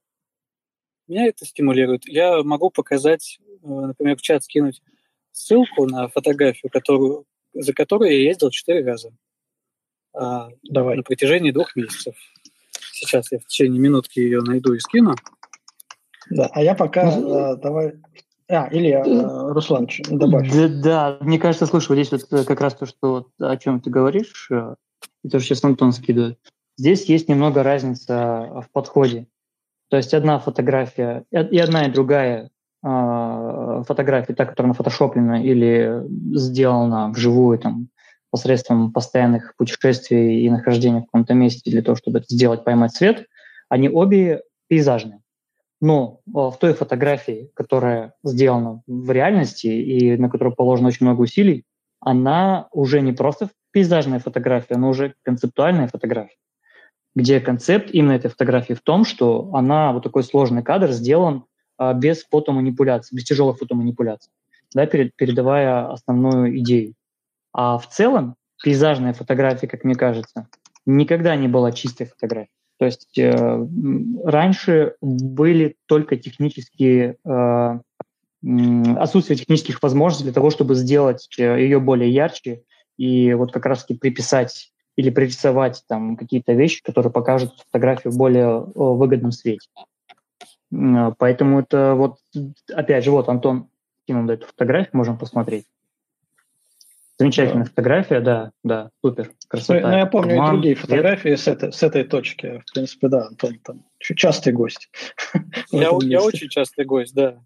[SPEAKER 3] Я могу показать, например, в чат скинуть ссылку на фотографию, за которую я ездил 4 раза.
[SPEAKER 1] Давай.
[SPEAKER 3] На протяжении 2 месяцев. Сейчас я в течение минутки ее найду и скину.
[SPEAKER 1] Да, а я пока давай... Или Руслан, добавь.
[SPEAKER 2] Да, мне кажется, слушай, вот здесь вот как раз то, что о чем ты говоришь, и то, что сейчас Антон скидывает, здесь есть немного разница в подходе. То есть одна фотография, и одна, и другая фотография, та, которая нафотошоплена или сделана вживую там, посредством постоянных путешествий и нахождения в каком-то месте для того, чтобы это сделать, поймать цвет, они обе пейзажные. Но в той фотографии, которая сделана в реальности и на которую положено очень много усилий, она уже не просто пейзажная фотография, она уже концептуальная фотография, где концепт именно этой фотографии в том, что она, вот такой сложный кадр, сделан без фотоманипуляций, без тяжелых фотоманипуляций, да, передавая основную идею. А в целом пейзажная фотография, как мне кажется, никогда не была чистой фотографией. То есть раньше были только технические, отсутствие технических возможностей для того, чтобы сделать ее более ярче и вот как раз-таки приписать или пририсовать там какие-то вещи, которые покажут фотографию в более выгодном свете. Поэтому это вот, опять же, вот Антон кинул эту фотографию, можем посмотреть. Замечательная фотография, да, супер, красота.
[SPEAKER 1] Ну, я помню и другие фотографии с этой точки. В принципе, да, Антон там частый гость.
[SPEAKER 3] Я очень частый гость, да.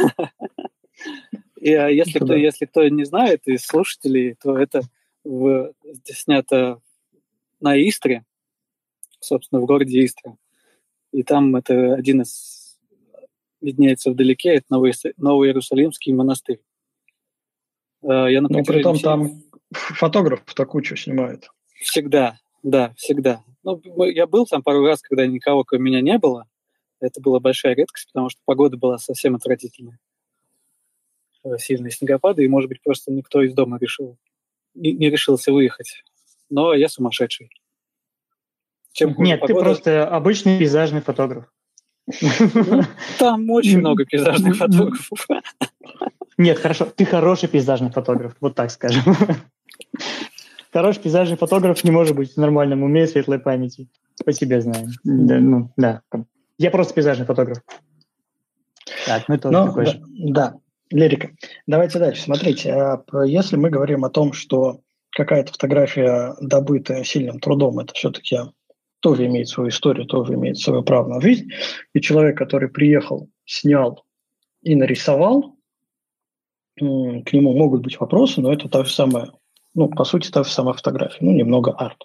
[SPEAKER 3] И если кто не знает из слушателей, то это снято на Истре, собственно, в городе Истра. И там это один из... виднеется вдалеке, это Новый Иерусалимский монастырь.
[SPEAKER 1] Но притом там фотографов-то кучу снимают.
[SPEAKER 3] Всегда, да, всегда. Ну, я был там пару раз, когда никого кроме меня не было. Это была большая редкость, потому что погода была совсем отвратительная. Сильные снегопады, и, может быть, просто никто из дома не решился выехать. Но я сумасшедший.
[SPEAKER 2] Нет, ты просто обычный пейзажный фотограф.
[SPEAKER 3] Там очень много пейзажных фотографов.
[SPEAKER 2] Нет, хорошо, ты хороший пейзажный фотограф, вот так скажем. Хороший пейзажный фотограф не может быть в нормальном уме и светлой памяти. По себе знаю. Да. Я просто пейзажный фотограф. Так, мы тоже такой же.
[SPEAKER 1] Да, лирика. Давайте дальше. Смотрите, если мы говорим о том, что какая-то фотография, добытая сильным трудом, это все-таки тоже имеет свою историю, тоже имеет свое право на жизнь, и человек, который приехал, снял и нарисовал, к нему могут быть вопросы, но это та же самая, по сути, та же самая фотография, немного арт.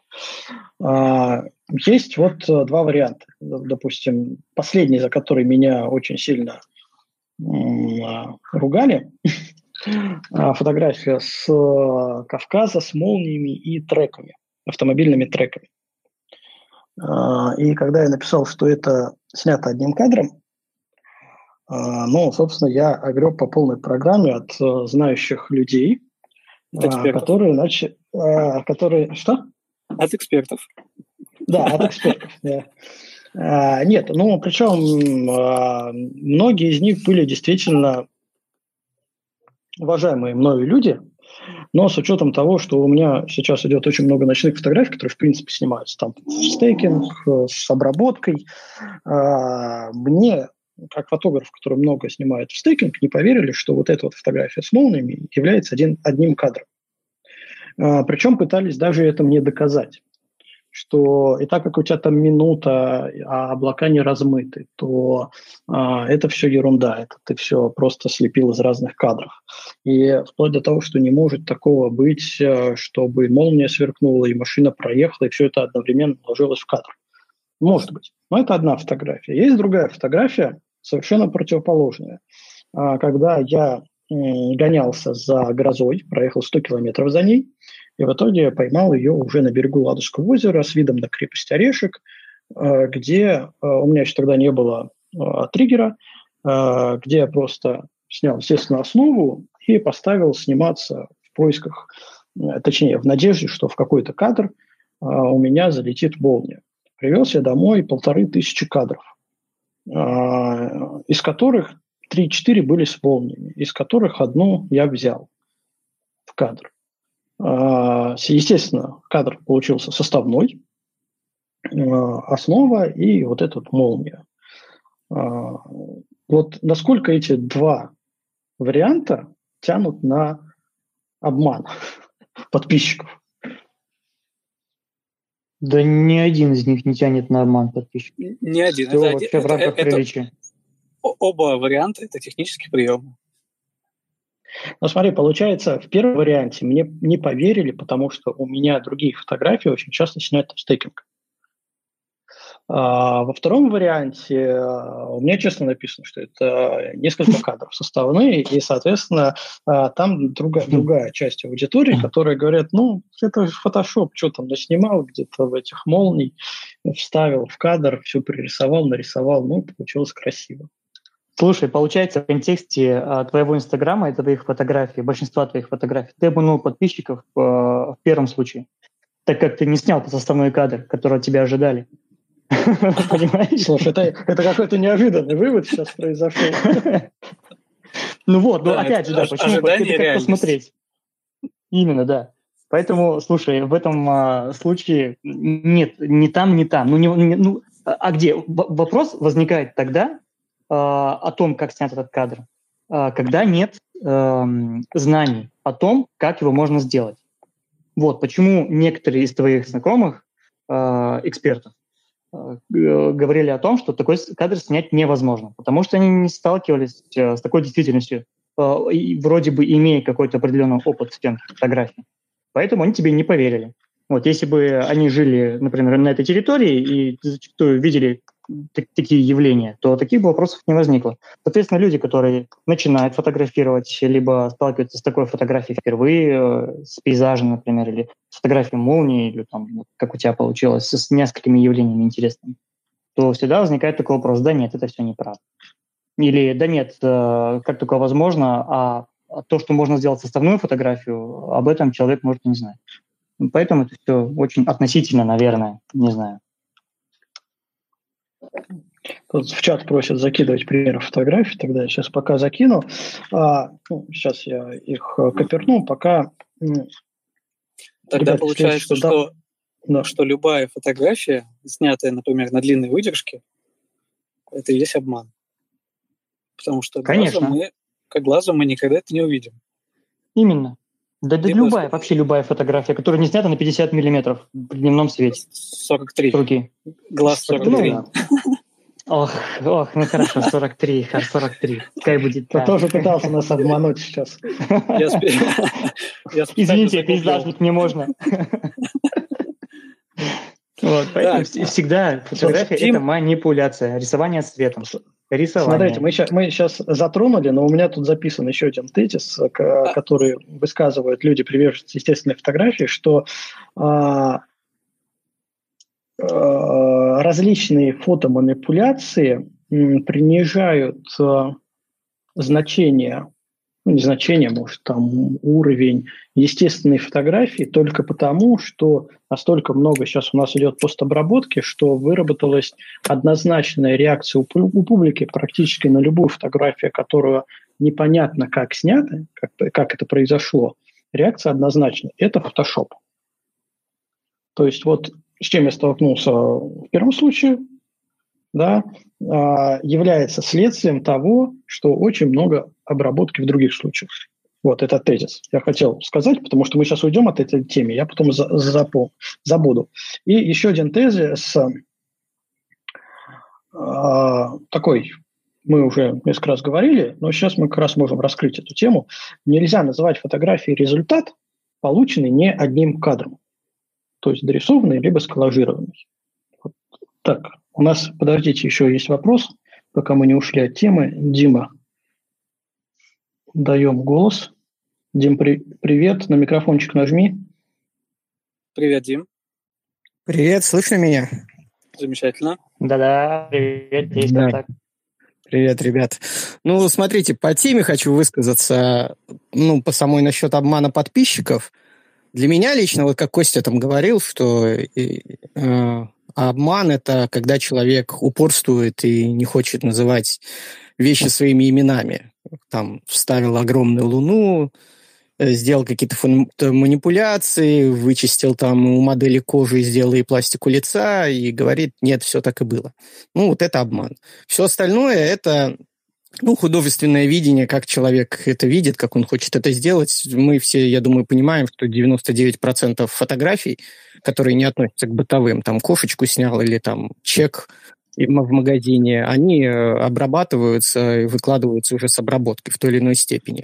[SPEAKER 1] Есть вот два варианта. Допустим, последний, за который меня очень сильно ругали, фотография с Кавказа с молниями и треками, автомобильными треками. И когда я написал, что это снято одним кадром, собственно, я огреб по полной программе от знающих людей, которые... Что?
[SPEAKER 3] От экспертов.
[SPEAKER 1] Да, от экспертов, да. Нет, причем многие из них были действительно уважаемые мною люди, но с учетом того, что у меня сейчас идет очень много ночных фотографий, которые, в принципе, снимаются там в стейкинг, с обработкой, мне, как фотограф, который много снимает в стейкинг, не поверили, что вот эта вот фотография с молниями является одним кадром. Причем пытались даже это мне доказать, что и так как у тебя там минута, а облака не размыты, то это все ерунда, это ты все просто слепил из разных кадров. И вплоть до того, что не может такого быть, чтобы молния сверкнула, и машина проехала, и все это одновременно вложилось в кадр. Может быть. Но это одна фотография. Есть другая фотография, совершенно противоположная. Когда я гонялся за грозой, проехал 100 километров за ней, и в итоге я поймал ее уже на берегу Ладожского озера с видом на крепость Орешек, где у меня еще тогда не было триггера, где я просто снял, естественно, основу и поставил сниматься в поисках, точнее, в надежде, что в какой-то кадр у меня залетит молния. Привез я домой 1500 кадров, из которых 3-4 были с молниями, из которых одну я взял в кадр. Естественно, кадр получился составной, основа и вот эта вот молния. Вот насколько эти два варианта тянут на обман подписчиков?
[SPEAKER 2] Да ни один из них не тянет на обман подписчиков.
[SPEAKER 3] Ни один.
[SPEAKER 2] Все вообще в рамках приличия.
[SPEAKER 3] Оба варианта – это технический прием.
[SPEAKER 1] Смотри, получается, в первом варианте мне не поверили, потому что у меня другие фотографии очень часто сняты в стейкинг. Во втором варианте у меня честно написано, что это несколько кадров составные, и, соответственно, там другая часть аудитории, которые говорят, это же фотошоп, что там наснимал где-то в этих молний, вставил в кадр, все пририсовал, нарисовал, получилось красиво.
[SPEAKER 2] Слушай, получается, в контексте твоего Инстаграма и твоих фотографий, большинства твоих фотографий, ты обманул подписчиков в первом случае, так как ты не снял составной кадр, который от тебя ожидали. Понимаешь?
[SPEAKER 1] Слушай, это какой-то неожиданный вывод сейчас произошел.
[SPEAKER 2] Опять же, да, почему как посмотреть? Именно, да. Поэтому, слушай, в этом случае нет, ни там, ни там. А где? Вопрос возникает тогда, о том, как снять этот кадр, когда нет знаний о том, как его можно сделать. Вот почему некоторые из твоих знакомых, экспертов, говорили о том, что такой кадр снять невозможно, потому что они не сталкивались с такой действительностью, вроде бы имея какой-то определенный опыт съемки фотографий. Поэтому они тебе не поверили. Вот, если бы они жили, например, на этой территории и зачастую видели такие явления, то таких бы вопросов не возникло. Соответственно, люди, которые начинают фотографировать, либо сталкиваются с такой фотографией впервые, с пейзажем, например, или с фотографией молнии, или там, как у тебя получилось, с несколькими явлениями интересными, то всегда возникает такой вопрос: да нет, это все неправда. Или да нет, как такое возможно, а то, что можно сделать составную фотографию, об этом человек может не знать. Поэтому это все очень относительно, наверное, не знаю.
[SPEAKER 1] Тут в чат просят закидывать примеры фотографий, тогда я сейчас пока закину. Сейчас я их коперну, пока...
[SPEAKER 3] Тогда получается, что любая фотография, снятая, например, на длинной выдержке, это и есть обман. Потому что глазом мы никогда это не увидим.
[SPEAKER 2] Именно. Да вообще любая фотография, которая не снята на 50 миллиметров в дневном свете.
[SPEAKER 3] 43.
[SPEAKER 2] Руки.
[SPEAKER 3] Глаз 43.
[SPEAKER 2] Ох, ну хорошо, 43. Пускай будет так.
[SPEAKER 1] Ты тоже пытался нас обмануть сейчас.
[SPEAKER 2] Извините, пейзажник, не можно. Поэтому всегда фотография – это манипуляция, рисование цветом.
[SPEAKER 1] Смотрите, мы сейчас затронули, но у меня тут записан еще один тезис, который высказывают люди, приверженцы естественной фотографии, что различные фотоманипуляции принижают значение, может, там уровень естественной фотографии только потому, что настолько много сейчас у нас идет постобработки, что выработалась однозначная реакция у публики практически на любую фотографию, которую непонятно как снята, как это произошло. Реакция однозначна. Это фотошоп. То есть вот с чем я столкнулся в первом случае, да, является следствием того, что очень много обработки в других случаях. Вот это тезис. Я хотел сказать, потому что мы сейчас уйдем от этой темы, я потом забуду. И еще один тезис такой, мы уже несколько раз говорили, но сейчас мы как раз можем раскрыть эту тему. Нельзя называть фотографией результат, полученный не одним кадром. То есть дорисованный либо сколлажированный. Вот так, у нас, подождите, еще есть вопрос, пока мы не ушли от темы. Дима, даем голос. Дим, привет, на микрофончик нажми.
[SPEAKER 3] Привет, Дим.
[SPEAKER 4] Привет, слышно меня?
[SPEAKER 3] Замечательно.
[SPEAKER 2] Да-да, привет, есть контакт.
[SPEAKER 4] Привет, ребят. Ну, смотрите, по теме хочу высказаться, по самой насчет обмана подписчиков. Для меня лично, вот как Костя там говорил, что обман – это когда человек упорствует и не хочет называть вещи своими именами. Там вставил огромную луну, сделал какие-то манипуляции, вычистил там у модели кожи, сделал ей пластику лица и говорит, нет, все так и было. Вот это обман. Все остальное – это... художественное видение, как человек это видит, как он хочет это сделать. Мы все, я думаю, понимаем, что 99% фотографий, которые не относятся к бытовым, там кошечку снял или там чек в магазине, они обрабатываются и выкладываются уже с обработкой в той или иной степени.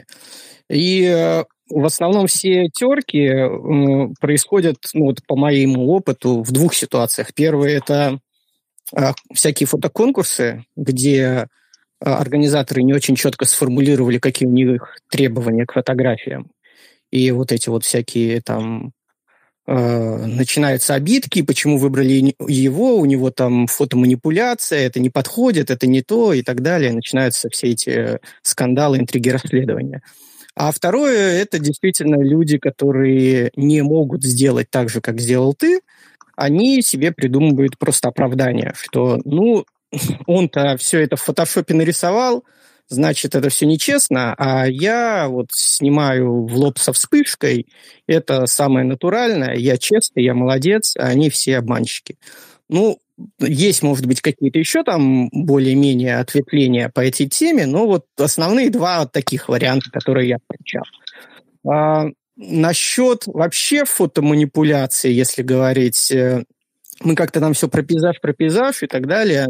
[SPEAKER 4] И в основном все терки происходят, по моему опыту, в двух ситуациях. Первое – это всякие фотоконкурсы, где организаторы не очень четко сформулировали, какие у них требования к фотографиям. И вот эти вот всякие там начинаются обидки, почему выбрали его, у него там фотоманипуляция, это не подходит, это не то и так далее. Начинаются все эти скандалы, интриги, расследования. А второе, это действительно люди, которые не могут сделать так же, как сделал ты, они себе придумывают просто оправдание, что, он-то все это в фотошопе нарисовал, значит, это все нечестно, а я вот снимаю в лоб со вспышкой, это самое натуральное, я честный, я молодец, а они все обманщики. Есть, может быть, какие-то еще там более-менее ответвления по этой теме, но вот основные два таких варианта, которые я встречал. Насчет вообще фотоманипуляции, если говорить... Мы как-то там все про пейзаж и так далее,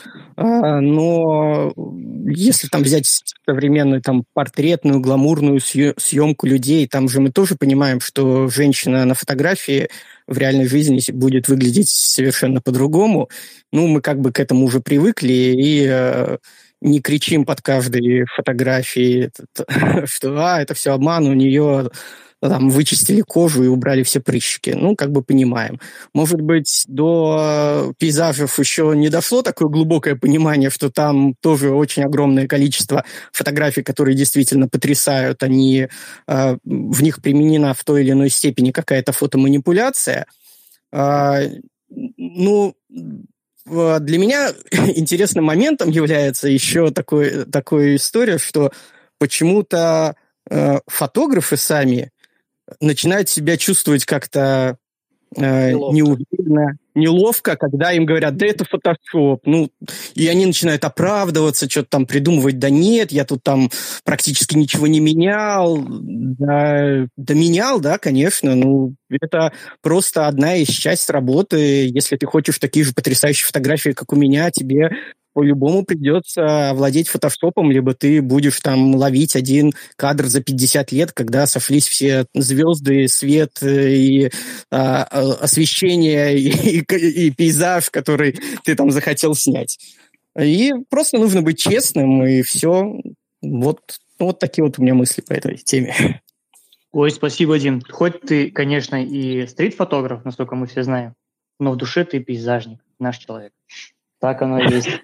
[SPEAKER 4] но если там взять современную там портретную, гламурную съемку людей, там же мы тоже понимаем, что женщина на фотографии в реальной жизни будет выглядеть совершенно по-другому. Мы как бы к этому уже привыкли и не кричим под каждой фотографией, что это все обман, у нее... там вычистили кожу и убрали все прыщики. Как бы понимаем. Может быть, до пейзажев еще не дошло такое глубокое понимание, что там тоже очень огромное количество фотографий, которые действительно потрясают, в них применена в той или иной степени какая-то фотоманипуляция. для меня интересным моментом является еще такая история, что почему-то фотографы сами начинают себя чувствовать как-то неуверенно, неловко, когда им говорят, да это фотошоп. Ну, и они начинают оправдываться, что-то там придумывать, да нет, я тут там практически ничего не менял. Да менял, да, конечно. Ну, это просто одна из часть работы. Если ты хочешь такие же потрясающие фотографии, как у меня, тебе по-любому придется овладеть фотошопом, либо ты будешь там ловить один кадр за 50 лет, когда сошлись все звезды, свет и освещение и пейзаж, который ты там захотел снять. И просто нужно быть честным, и все. Вот такие вот у меня мысли по этой теме.
[SPEAKER 2] Ой, спасибо, Дим. Хоть ты, конечно, и стрит-фотограф, насколько мы все знаем, но в душе ты пейзажник, наш человек. Так оно и есть.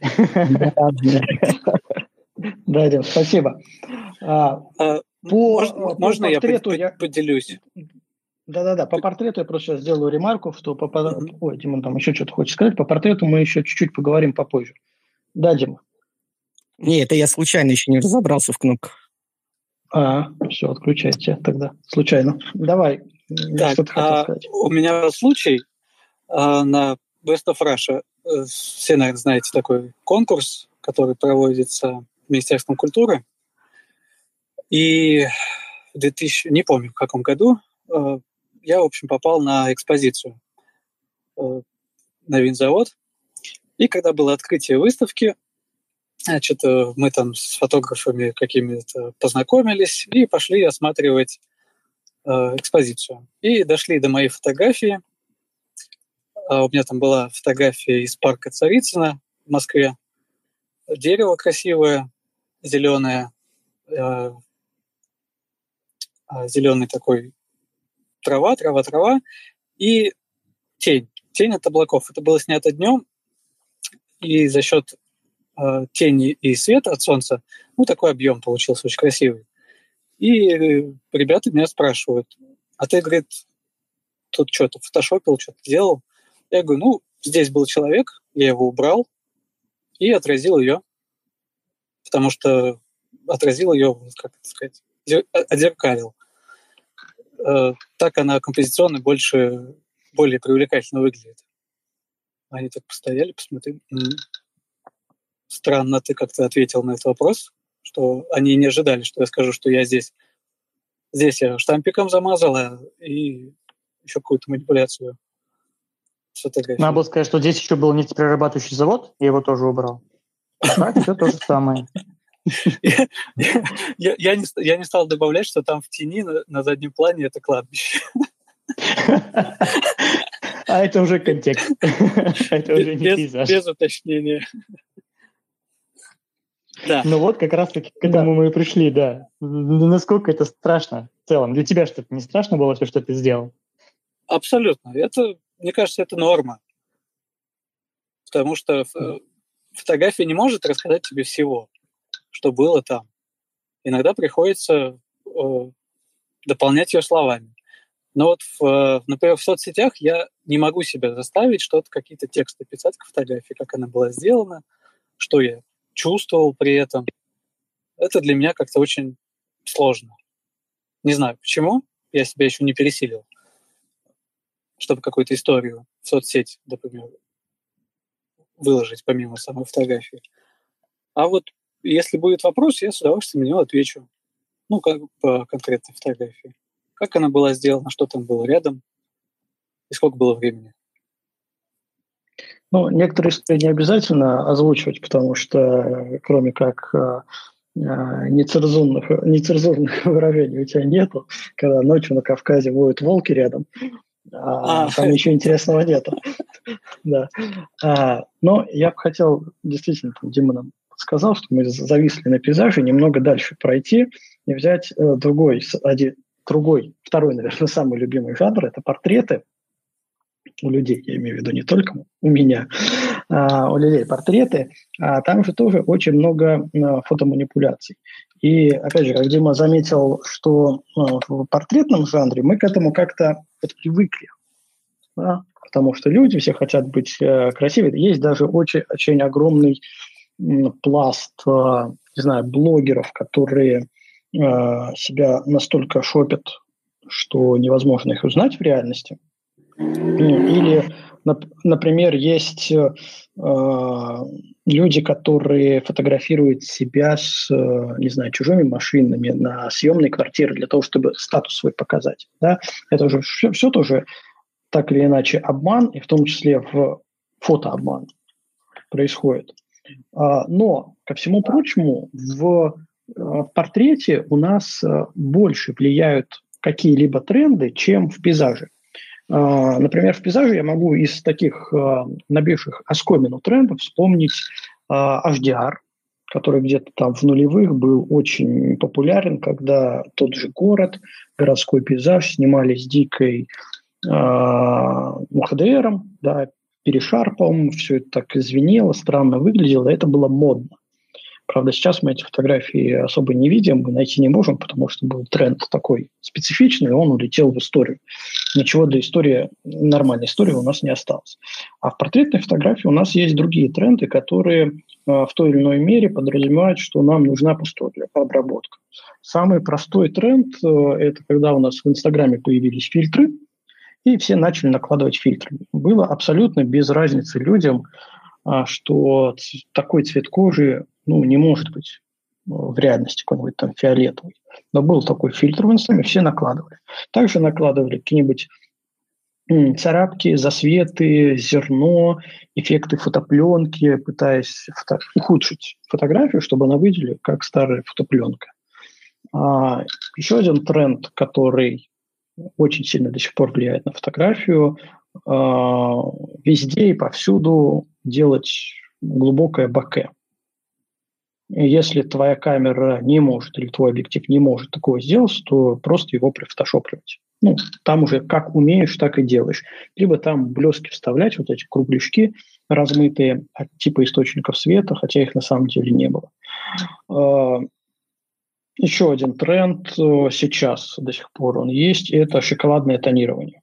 [SPEAKER 1] Да, Дим, спасибо.
[SPEAKER 3] Можно я поделюсь?
[SPEAKER 1] Да. По портрету я просто сейчас сделаю ремарку, что Ой, Дима там еще что-то хочет сказать. По портрету мы еще чуть-чуть поговорим попозже. Да, Дима?
[SPEAKER 4] Не, это я случайно еще не разобрался в кнопках.
[SPEAKER 1] Все, отключайте тогда. Случайно. Давай.
[SPEAKER 3] Так, что ты хотел сказать? У меня был случай на Best of Russia. Все, наверное, знаете такой конкурс, который проводится Министерством культуры. И не помню в каком году, я, в общем, попал на экспозицию на винзавод. И когда было открытие выставки, значит, мы там с фотографами какими-то познакомились и пошли осматривать экспозицию. И дошли до моей фотографии. У меня там была фотография из парка Царицына в Москве. Дерево красивое, зеленое, зеленый такой трава, и тень от облаков. Это было снято днем, и за счет тени и света от солнца, такой объем получился очень красивый. И ребята меня спрашивают, а ты, говорит, тут что-то фотошопил, что-то делал? Я говорю, здесь был человек, я его убрал и отразил ее, потому что отразил ее, как это сказать, отзеркалил. Так она композиционно более привлекательно выглядит. Они так постояли, посмотрели. Странно ты как-то ответил на этот вопрос, что они не ожидали, что я скажу, что я здесь. Здесь я штампиком замазала и еще какую-то манипуляцию с фотографией.
[SPEAKER 2] Надо было сказать, что здесь еще был нефтеперерабатывающий завод, я его тоже убрал. Так, все то же самое.
[SPEAKER 3] Я не стал добавлять, что там в тени на заднем плане это кладбище.
[SPEAKER 2] А это уже контекст. Это уже не пейзаж.
[SPEAKER 3] Без уточнения.
[SPEAKER 2] Да. Ну вот как раз-таки к этому мы и пришли, да. Насколько это страшно в целом? Для тебя что-то не страшно было все, что ты сделал?
[SPEAKER 3] Абсолютно. Мне кажется, это норма. Потому что фотография не может рассказать тебе всего, что было там. Иногда приходится дополнять ее словами. Но например, в соцсетях я не могу себя заставить какие-то тексты писать к фотографии, как она была сделана, что я чувствовал при этом. Это для меня как-то очень сложно. Не знаю, почему. Я себя еще не пересилил, чтобы какую-то историю в соцсеть, например, выложить помимо самой фотографии. А вот если будет вопрос, я с удовольствием на него отвечу. Как по конкретной фотографии. Как она была сделана, что там было рядом и сколько было времени.
[SPEAKER 1] Некоторые истории не обязательно озвучивать, потому что кроме как нецензурных выражений у тебя нету, когда ночью на Кавказе воют волки рядом, там ничего интересного нету. Да. Но я бы хотел, действительно, Дима нам сказал, что мы зависли на пейзаже, немного дальше пройти и взять второй, наверное, самый любимый жанр – это портреты. У людей, я имею в виду не только у меня, у людей портреты, там же тоже очень много фотоманипуляций. И, опять же, как Дима заметил, что в портретном жанре мы к этому как-то привыкли. Да? потому что люди все хотят быть красивыми. Есть даже очень, очень огромный пласт, не знаю, блогеров, которые себя настолько шопят, что невозможно их узнать в реальности. Или, например, есть люди, которые фотографируют себя с, не знаю, чужими машинами на съемной квартире для того, чтобы статус свой показать. Да? Это уже все тоже так или иначе обман, и в том числе в фотообман происходит. Но, ко всему прочему, в портрете у нас больше влияют какие-либо тренды, чем в пейзаже. Например, в пейзаже я могу из таких набивших оскомину трендов вспомнить HDR, который где-то там в нулевых был очень популярен, когда тот же город, городской пейзаж снимали с дикой HDR, да, перешарпом, все это так звенело, странно выглядело, это было модно. Правда, сейчас мы эти фотографии особо не видим, мы найти не можем, потому что был тренд такой специфичный, он улетел в историю. Ничего для истории, нормальной истории у нас не осталось. А в портретной фотографии у нас есть другие тренды, которые в той или иной мере подразумевают, что нам нужна обработка. Самый простой тренд – это когда у нас в Инстаграме появились фильтры, и все начали накладывать фильтры. Было абсолютно без разницы людям, что такой цвет кожи не может быть в реальности какой-нибудь там фиолетовый. Но был такой фильтр в Инстаграме, все накладывали. Также накладывали какие-нибудь царапки, засветы, зерно, эффекты фотопленки, пытаясь ухудшить фотографию, чтобы она выглядела как старая фотопленка. Еще один тренд, который очень сильно до сих пор влияет на фотографию, везде и повсюду делать глубокое боке. Если твоя камера не может или твой объектив не может такого сделать, то просто его прифотошопливать. Там уже как умеешь, так и делаешь. Либо там блески вставлять, вот эти кругляшки размытые от типа источников света, хотя их на самом деле не было. Еще один тренд сейчас до сих пор он есть, это шоколадное тонирование.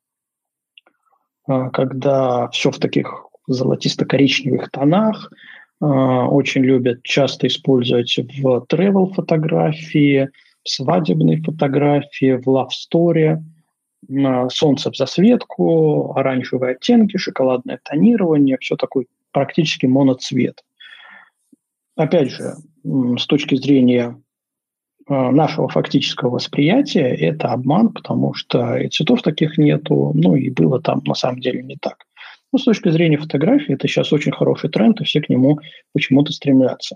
[SPEAKER 1] Когда все в таких золотисто-коричневых тонах, очень любят часто использовать в travel-фотографии, в свадебной фотографии, в love-story, солнце в засветку, оранжевые оттенки, шоколадное тонирование, все такой практически моноцвет. Опять же, с точки зрения нашего фактического восприятия, это обман, потому что и цветов таких нету, и было там на самом деле не так. Но с точки зрения фотографии это сейчас очень хороший тренд, и все к нему почему-то стремятся.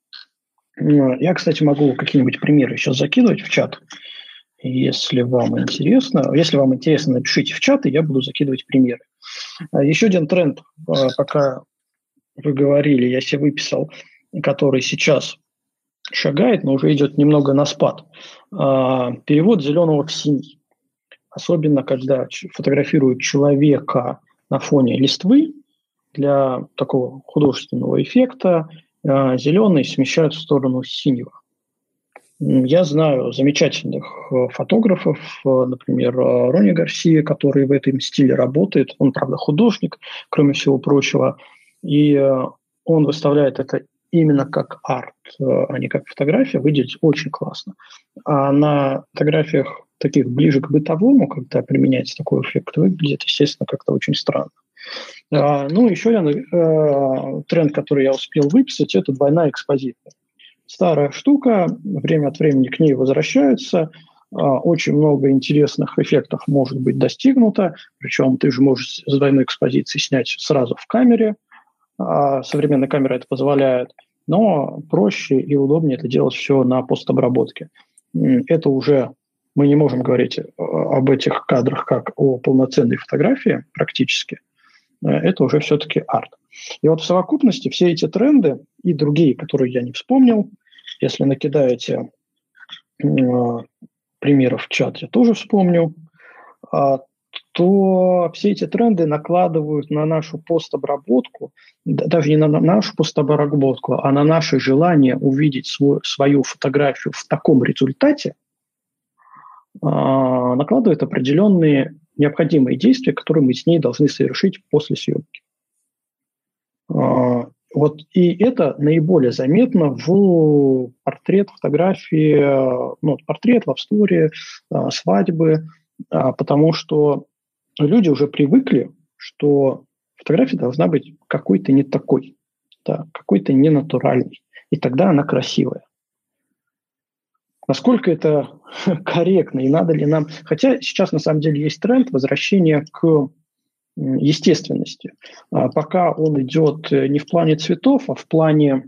[SPEAKER 1] Я, кстати, могу какие-нибудь примеры сейчас закидывать в чат, если вам интересно. Если вам интересно, напишите в чат, и я буду закидывать примеры. Еще один тренд, пока вы говорили, я себе выписал, который сейчас шагает, но уже идет немного на спад. Перевод зеленого в синий. Особенно, когда фотографируют человека на фоне листвы, для такого художественного эффекта зеленый смещают в сторону синего. Я знаю замечательных фотографов, например, Рони Гарсия, который в этом стиле работает. Он, правда, художник, кроме всего прочего, и он выставляет это именно как арт, а не как фотография, выглядит очень классно. А на фотографиях таких ближе к бытовому, когда применяется такой эффект, выглядит, естественно, как-то очень странно. Еще один тренд, который я успел выписать, это двойная экспозиция. Старая штука, время от времени к ней возвращаются, очень много интересных эффектов может быть достигнуто, причем ты же можешь с двойной экспозиции снять сразу в камере, современная камера это позволяет, но проще и удобнее это делать все на постобработке. Это уже мы не можем говорить об этих кадрах как о полноценной фотографии практически. Это уже все-таки арт. И вот в совокупности все эти тренды и другие, которые я не вспомнил, если накидаете примеров в чат, я тоже вспомню, то все эти тренды накладывают на нашу постобработку, даже не на нашу постобработку, а на наше желание увидеть свою фотографию в таком результате, накладывают определенные необходимые действия, которые мы с ней должны совершить после съемки. Вот, и это наиболее заметно в портрет, фотографии, портрет, лавстори, свадьбы, потому что люди уже привыкли, что фотография должна быть какой-то не такой, да, какой-то ненатуральной, и тогда она красивая. Насколько это корректно, и надо ли нам... Хотя сейчас на самом деле есть тренд возвращения к естественности. Пока он идет не в плане цветов, а в плане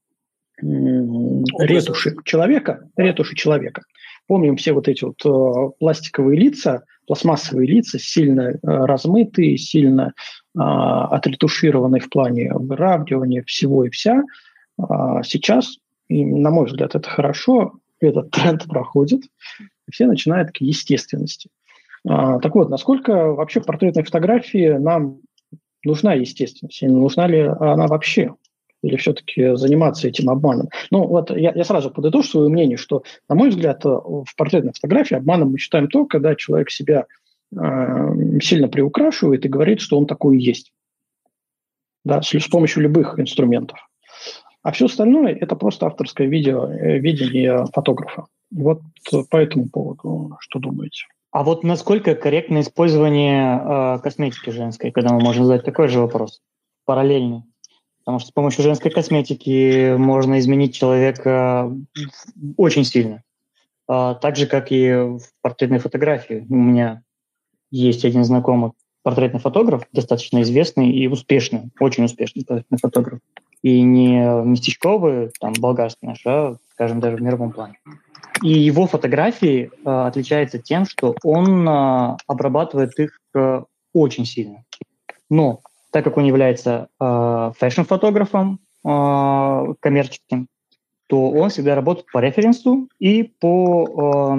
[SPEAKER 1] ретуши человека. Помним все вот эти вот пластиковые лица, пластмассовые лица, сильно размытые, сильно отретушированные в плане выравнивания всего и вся. Сейчас, и, на мой взгляд, это хорошо, этот тренд проходит, и все начинают к естественности. Так вот, насколько вообще в портретной фотографии нам нужна естественность? И нужна ли она вообще? Или все-таки заниматься этим обманом? Ну, вот я сразу подытожу свое мнение, что, на мой взгляд, в портретной фотографии обманом мы считаем то, когда человек себя сильно приукрашивает и говорит, что он такой и есть. Да, с помощью любых инструментов. А все остальное – это просто авторское видение фотографа. Вот по этому поводу что думаете?
[SPEAKER 2] А вот насколько корректно использование косметики женской, когда мы можем задать такой же вопрос, параллельный? Потому что с помощью женской косметики можно изменить человека очень сильно. Так же, как и в портретной фотографии. У меня есть один знакомый портретный фотограф, достаточно известный и успешный, очень успешный портретный фотограф. И не местечковый, там, болгарский наш, а, скажем, даже в мировом плане. И его фотографии отличаются тем, что он обрабатывает их очень сильно. Но так как он является фэшн-фотографом коммерческим, то он всегда работает по референсу и по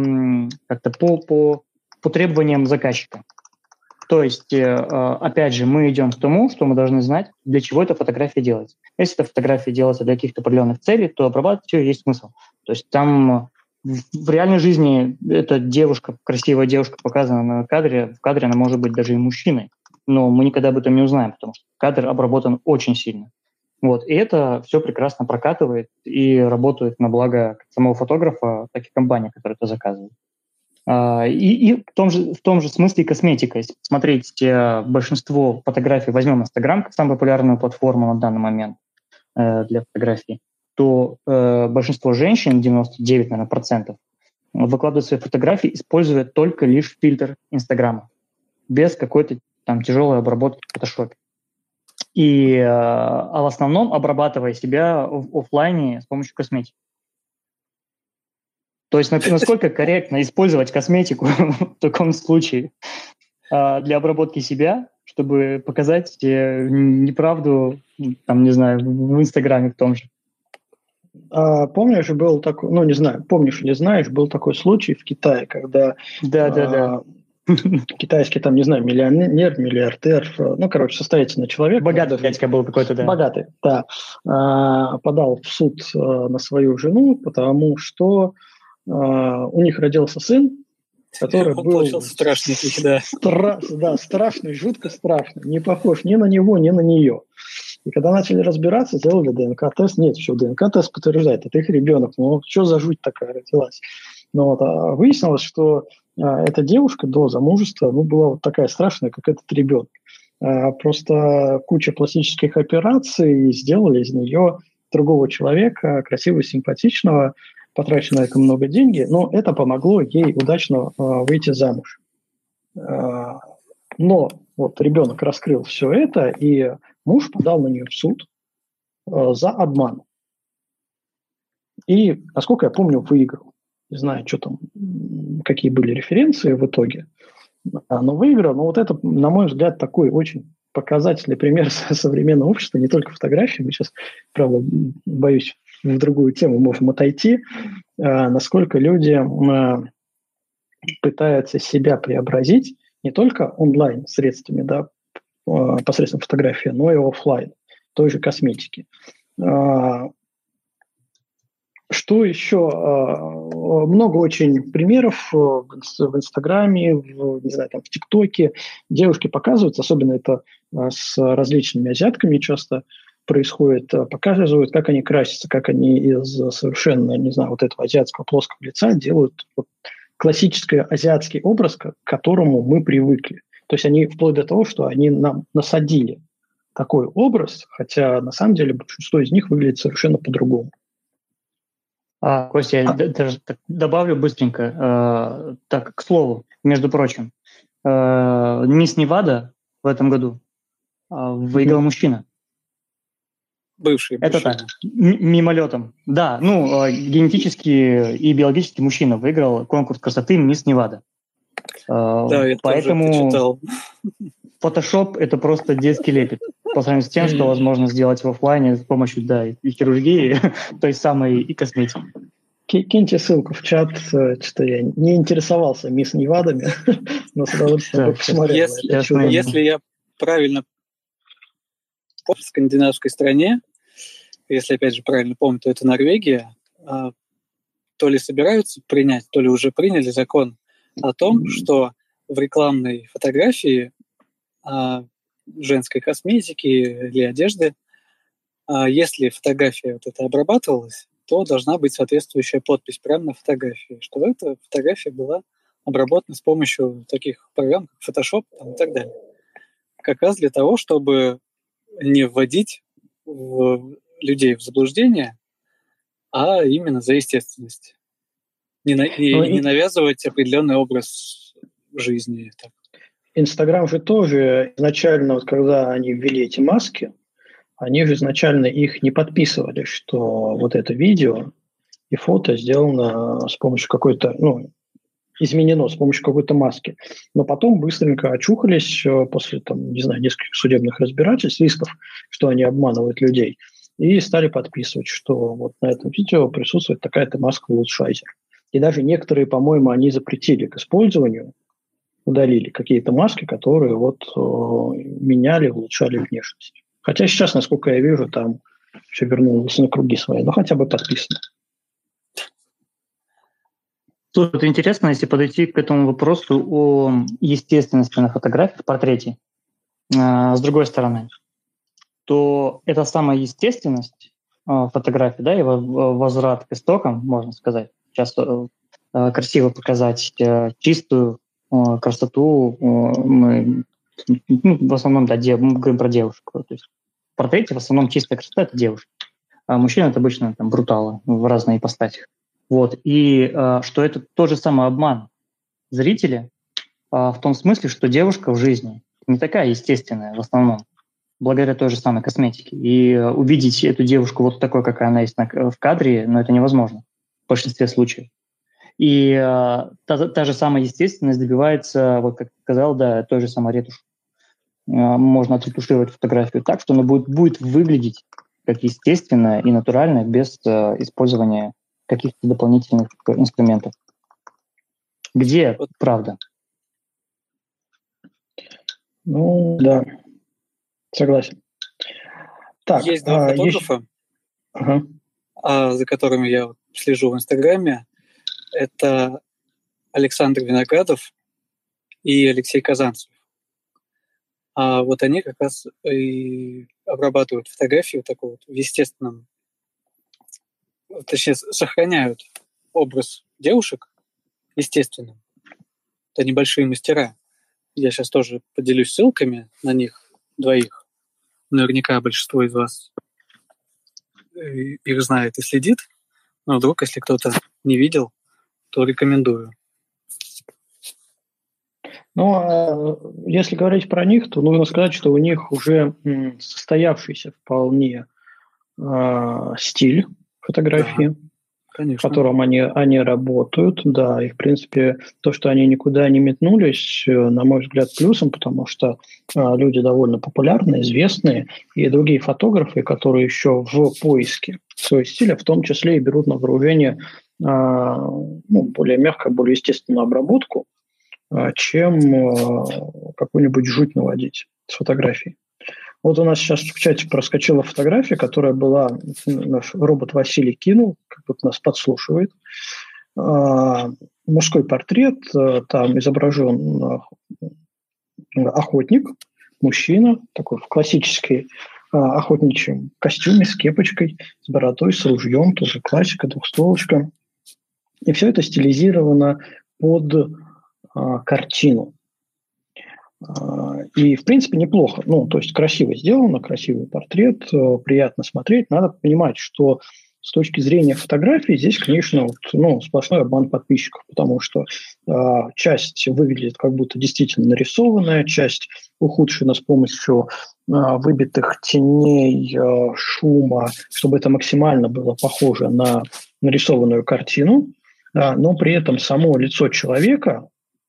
[SPEAKER 2] требованиям заказчика. То есть, опять же, мы идем к тому, что мы должны знать, для чего эта фотография делается. Если эта фотография делается для каких-то определенных целей, то обрабатывать ее есть смысл. То есть там в реальной жизни эта девушка, красивая девушка, показана на кадре, в кадре она может быть даже и мужчиной. Но мы никогда об этом не узнаем, потому что кадр обработан очень сильно. Вот. И это все прекрасно прокатывает и работает на благо как самого фотографа, так и компании, которая это заказывает. И в том же смысле косметика. Если посмотреть большинство фотографий, возьмем Instagram как самую популярную платформу на данный момент для фотографий, то большинство женщин, 99%, наверное, выкладывают свои фотографии, используя только лишь фильтр Инстаграма, без какой-то там тяжелой обработки в фотошопе. А в основном обрабатывая себя в офлайне с помощью косметики. То есть насколько корректно использовать косметику в таком случае для обработки себя, чтобы показать неправду, там, не знаю, в Инстаграме в том же.
[SPEAKER 1] Помнишь, был такой, не знаю, помнишь или знаешь, был такой случай в Китае, когда китайский, там, не знаю, миллионер, миллиардер, состоятельный человек.
[SPEAKER 2] Богатый дядька был какой-то, да.
[SPEAKER 1] Богатый, да. Подал в суд на свою жену, потому что у них родился сын, который был...
[SPEAKER 3] получился страшный, да.
[SPEAKER 1] Страшный, жутко страшный. Не похож ни на него, ни на нее. И когда начали разбираться, сделали ДНК-тест. Нет, все, ДНК-тест подтверждает, это их ребенок. Что за жуть такая родилась? Выяснилось, что эта девушка до замужества была вот такая страшная, как этот ребенок. Просто куча пластических операций сделали из нее другого человека, красивого, симпатичного, потрачено на это много денег, но это помогло ей удачно выйти замуж. Но вот ребенок раскрыл все это, и муж подал на нее в суд за обман. И, насколько я помню, выиграл. Не знаю, что там, какие были референции в итоге, но выиграл. Но вот это, на мой взгляд, такой очень показательный пример современного общества, не только фотографии. Мы сейчас, правда, боюсь, в другую тему можем отойти, насколько люди пытаются себя преобразить не только онлайн средствами, да, посредством фотографии, но и офлайн, той же косметики. Что Что еще? Много очень примеров в Инстаграме, не знаю, там, в ТикТоке. Девушки показывают, особенно это с различными азиатками часто происходит, показывают, как они красятся, как они из совершенно, не знаю, вот этого азиатского плоского лица делают вот классический азиатский образ, к которому мы привыкли. То есть они вплоть до того, что они нам насадили такой образ, хотя на самом деле большинство из них выглядит совершенно по-другому.
[SPEAKER 2] Костя, я даже добавлю быстренько. Так, к слову, между прочим, мисс Невада в этом году выиграл мужчина.
[SPEAKER 3] Бывший.
[SPEAKER 2] Это так, мимолетом. Да, генетически и биологически мужчина выиграл конкурс красоты мисс Невада.
[SPEAKER 3] Да, я
[SPEAKER 2] поэтому
[SPEAKER 3] тоже читал.
[SPEAKER 2] Photoshop – это просто детский лепет по сравнению с тем, что возможно сделать в офлайне с помощью, и хирургии, той самой и косметики.
[SPEAKER 1] Киньте ссылку в чат, что я не интересовался мисс Невадами, но с удовольствием посмотрел.
[SPEAKER 3] Если я правильно помню, в скандинавской стране, если опять же правильно помню, то это Норвегия, то ли собираются принять, то ли уже приняли закон о том, что в рекламной фотографии женской косметики или одежды, если фотография вот эта обрабатывалась, то должна быть соответствующая подпись прямо на фотографии, что эта фотография была обработана с помощью таких программ, как Photoshop и так далее. Как раз для того, чтобы не вводить людей в заблуждение, а именно за естественность. Не навязывать определенный образ жизни.
[SPEAKER 1] Инстаграм же тоже изначально, вот когда они ввели эти маски, они же изначально их не подписывали, что вот это видео и фото сделано с помощью какой-то, изменено с помощью какой-то маски. Но потом быстренько очухались после, нескольких судебных разбирательств, рисков, что они обманывают людей, и стали подписывать, что вот на этом видео присутствует такая-то маска-улучшайзер. И даже некоторые, по-моему, они запретили к использованию, удалили какие-то маски, которые меняли, улучшали внешность. Хотя сейчас, насколько я вижу, там все вернулось на круги свои, но хотя бы подписано.
[SPEAKER 2] Слушай, это интересно, если подойти к этому вопросу о естественности на фотографии, в портрете, с другой стороны, то эта самая естественность фотографии, и возврат к истокам, можно сказать, сейчас красиво показать чистую красоту, мы в основном, мы говорим про девушек. То есть в портрете в основном чистая красота – это девушка. А мужчина – это обычно бруталы в разных ипостасях. И что это тот же самый обман зрителя в том смысле, что девушка в жизни не такая естественная в основном, благодаря той же самой косметике. И увидеть эту девушку вот такой, какая она есть в кадре, это невозможно в большинстве случаев. И та же самая естественность добивается, как сказал, той же самой ретушью. Можно отретушировать фотографию так, что она будет выглядеть как естественная и натуральная, без использования каких-то дополнительных инструментов. Где правда?
[SPEAKER 1] Да, согласен. Так,
[SPEAKER 3] есть два фотографа, за которыми я слежу в Инстаграме. Это Александр Виноградов и Алексей Казанцев. Они как раз и обрабатывают фотографии в естественном, точнее, сохраняют образ девушек естественным. Это небольшие мастера. Я сейчас тоже поделюсь ссылками на них двоих. Наверняка большинство из вас их знает и следит. Но вдруг, если кто-то не видел, то рекомендую.
[SPEAKER 1] Если говорить про них, то нужно сказать, что у них уже состоявшийся вполне стиль фотографии, в котором они работают. Да, и, в принципе, то, что они никуда не метнулись, на мой взгляд, плюсом, потому что люди довольно популярные, известные, и другие фотографы, которые еще в поиске своего стиля, в том числе и берут на вооружение более мягкую, более естественную обработку, чем какую-нибудь жуть наводить с фотографией. Вот у нас сейчас в чате проскочила фотография, которая была, наш робот Василий кинул, как будто нас подслушивает. Мужской портрет, там изображен охотник, мужчина, такой в классической охотничьем костюме с кепочкой, с бородой, с ружьем, тоже классика, двухстволочка. И все это стилизировано под картину. И, в принципе, неплохо. Ну, то есть красиво сделано, красивый портрет, приятно смотреть. Надо понимать, что с точки зрения фотографии здесь, конечно, сплошной обман подписчиков, потому что часть выглядит как будто действительно нарисованная, часть ухудшена с помощью выбитых теней, шума, чтобы это максимально было похоже на нарисованную картину, но при этом само лицо человека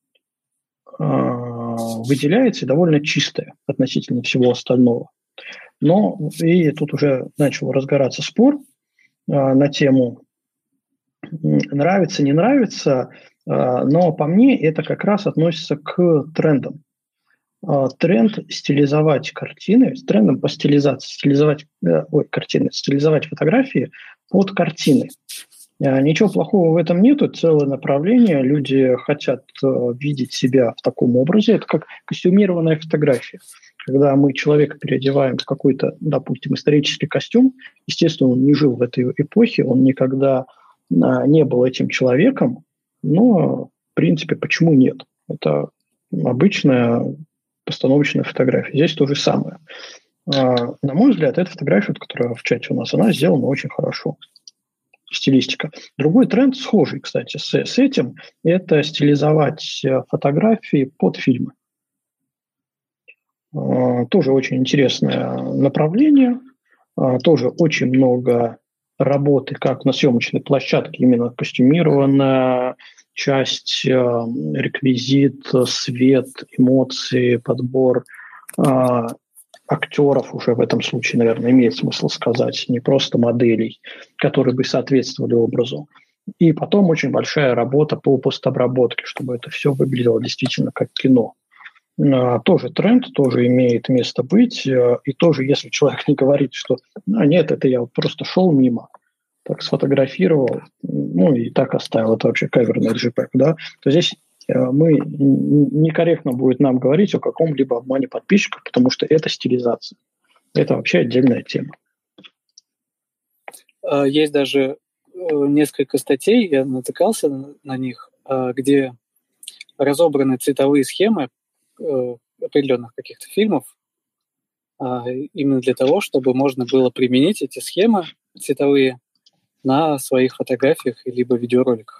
[SPEAKER 1] выделяется и довольно чистое относительно всего остального. Но и тут уже начал разгораться спор на тему нравится, не нравится, но по мне это как раз относится к трендам. Тренд стилизовать картины, с трендом по стилизации, стилизовать фотографии под картины. Ничего плохого в этом нету, целое направление. Люди хотят видеть себя в таком образе. Это как костюмированная фотография. Когда мы человека переодеваем в какой-то, допустим, исторический костюм, естественно, он не жил в этой эпохе, он никогда не был этим человеком, но, в принципе, почему нет? Это обычная постановочная фотография. Здесь то же самое. На мой взгляд, эта фотография, которая в чате у нас, она сделана очень хорошо. Стилистика. Другой тренд, схожий, кстати, с этим, это стилизовать фотографии под фильмы. Тоже очень интересное направление, тоже очень много работы, как на съемочной площадке, именно костюмированная часть, реквизит, свет, эмоции, подбор актеров уже в этом случае, наверное, имеет смысл сказать, не просто моделей, которые бы соответствовали образу. И потом очень большая работа по постобработке, чтобы это все выглядело действительно как кино. Тоже тренд, тоже имеет место быть. И тоже, если человек не говорит, что нет, это я просто шел мимо, так сфотографировал, и так оставил, это вообще каверный JPEG, да, то здесь некорректно будет нам говорить о каком-либо обмане подписчиков, потому что это стилизация. Это вообще отдельная тема.
[SPEAKER 3] Есть даже несколько статей, я натыкался на них, где разобраны цветовые схемы определенных каких-то фильмов, именно для того, чтобы можно было применить эти схемы цветовые на своих фотографиях либо видеороликах.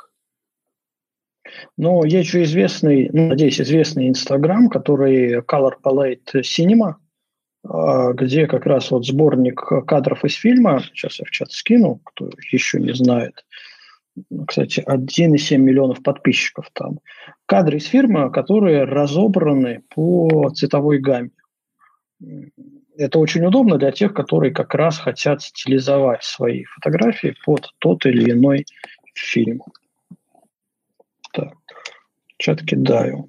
[SPEAKER 1] Но есть же известный, надеюсь, известный Инстаграм, который Color Palette Cinema, где как раз вот сборник кадров из фильма, сейчас я в чат скину, кто еще не знает, кстати, 1,7 миллионов подписчиков там. Кадры из фильма, которые разобраны по цветовой гамме. Это очень удобно для тех, которые как раз хотят стилизовать свои фотографии под тот или иной фильм. Так, чат кидаю.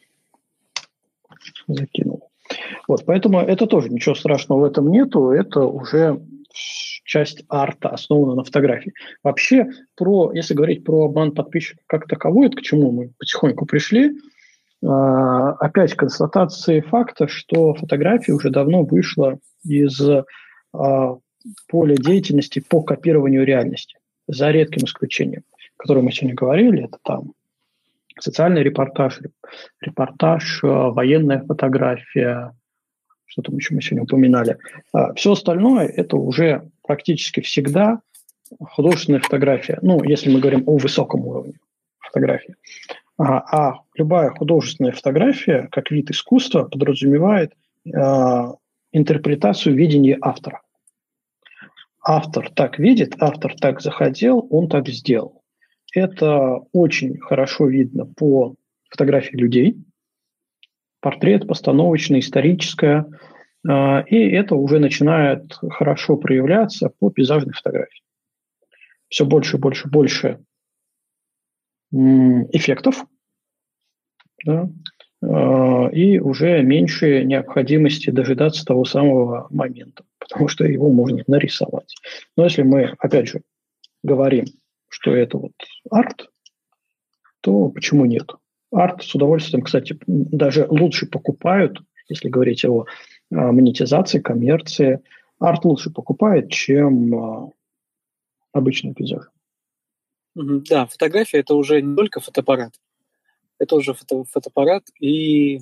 [SPEAKER 1] Закинул. Вот, поэтому это тоже ничего страшного в этом нету, это уже часть арта, основана на фотографии. Вообще, если говорить про обман подписчиков как таковой, это к чему мы потихоньку пришли, опять констатации факта, что фотография уже давно вышла из поля деятельности по копированию реальности, за редким исключением, о котором мы сегодня говорили, это там социальный репортаж, военная фотография, что там еще мы сегодня упоминали. Все остальное – это уже практически всегда художественная фотография. Если мы говорим о высоком уровне фотографии. А любая художественная фотография, как вид искусства, подразумевает интерпретацию видения автора. Автор так видит, автор так захотел, он так сделал. Это очень хорошо видно по фотографии людей. Портрет, постановочная, историческая. И это уже начинает хорошо проявляться по пейзажной фотографии. Все больше, больше эффектов. Да? и уже меньше необходимости дожидаться того самого момента, потому что его можно нарисовать. Но если мы, опять же, говорим, что это вот арт, то почему нет? Арт с удовольствием, кстати, даже лучше покупают, если говорить о монетизации, коммерции. Арт лучше покупает, чем обычный пейзаж.
[SPEAKER 3] Да, фотография – это уже не только фотоаппарат. Это уже фотоаппарат и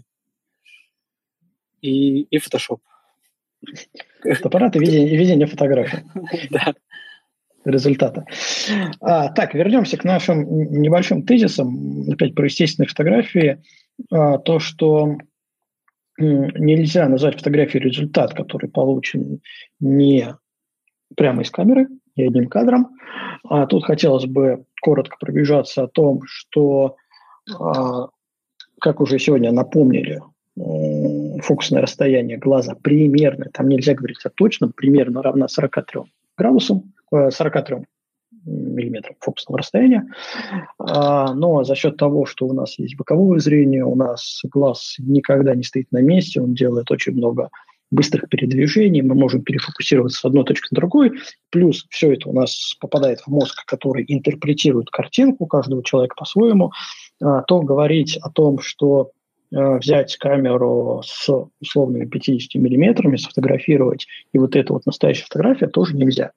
[SPEAKER 3] фотошоп.
[SPEAKER 1] Фотоаппарат и видение фотографий.
[SPEAKER 3] Да.
[SPEAKER 1] Результата. Так, вернемся к нашим небольшим тезисам, опять про естественные фотографии. То, что нельзя назвать фотографией результат, который получен не прямо из камеры, не одним кадром. Тут хотелось бы коротко пробежаться о том, что, как уже сегодня напомнили, фокусное расстояние глаза примерно, там нельзя говорить о точном, примерно равно 43 градусам, 43 миллиметров фокусного расстояния. Но за счет того, что у нас есть боковое зрение, у нас глаз никогда не стоит на месте, он делает очень много быстрых передвижений, мы можем перефокусироваться с одной точки на другой, плюс все это у нас попадает в мозг, который интерпретирует картинку каждого человека по-своему, то говорить о том, что взять камеру с условными 50 миллиметрами, сфотографировать, и вот это вот настоящая фотография тоже нельзя.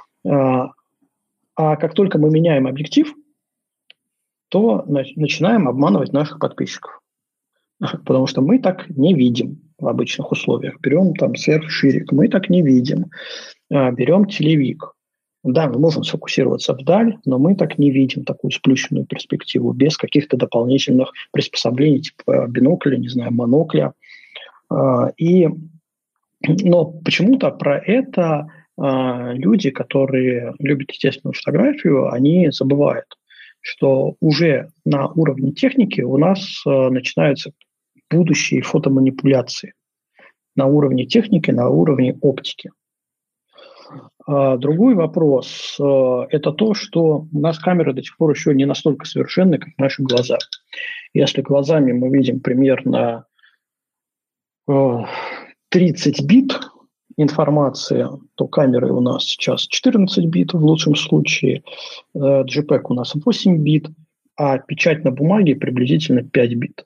[SPEAKER 1] А как только мы меняем объектив, то начинаем обманывать наших подписчиков. Потому что мы так не видим в обычных условиях. Берем там сверхширик, мы так не видим. Берем телевик. Да, мы можем сфокусироваться вдаль, но мы так не видим такую сплющенную перспективу без каких-то дополнительных приспособлений, типа бинокля, не знаю, монокля. Но почему-то про это люди, которые любят естественную фотографию, они забывают, что уже на уровне техники у нас начинаются будущие фотоманипуляции. На уровне техники, на уровне оптики. Другой вопрос – это то, что у нас камеры до сих пор еще не настолько совершенны, как наши глаза. Если глазами мы видим примерно 30 бит информации, то камеры у нас сейчас 14 бит в лучшем случае, JPEG у нас 8 бит, а печать на бумаге приблизительно 5 бит.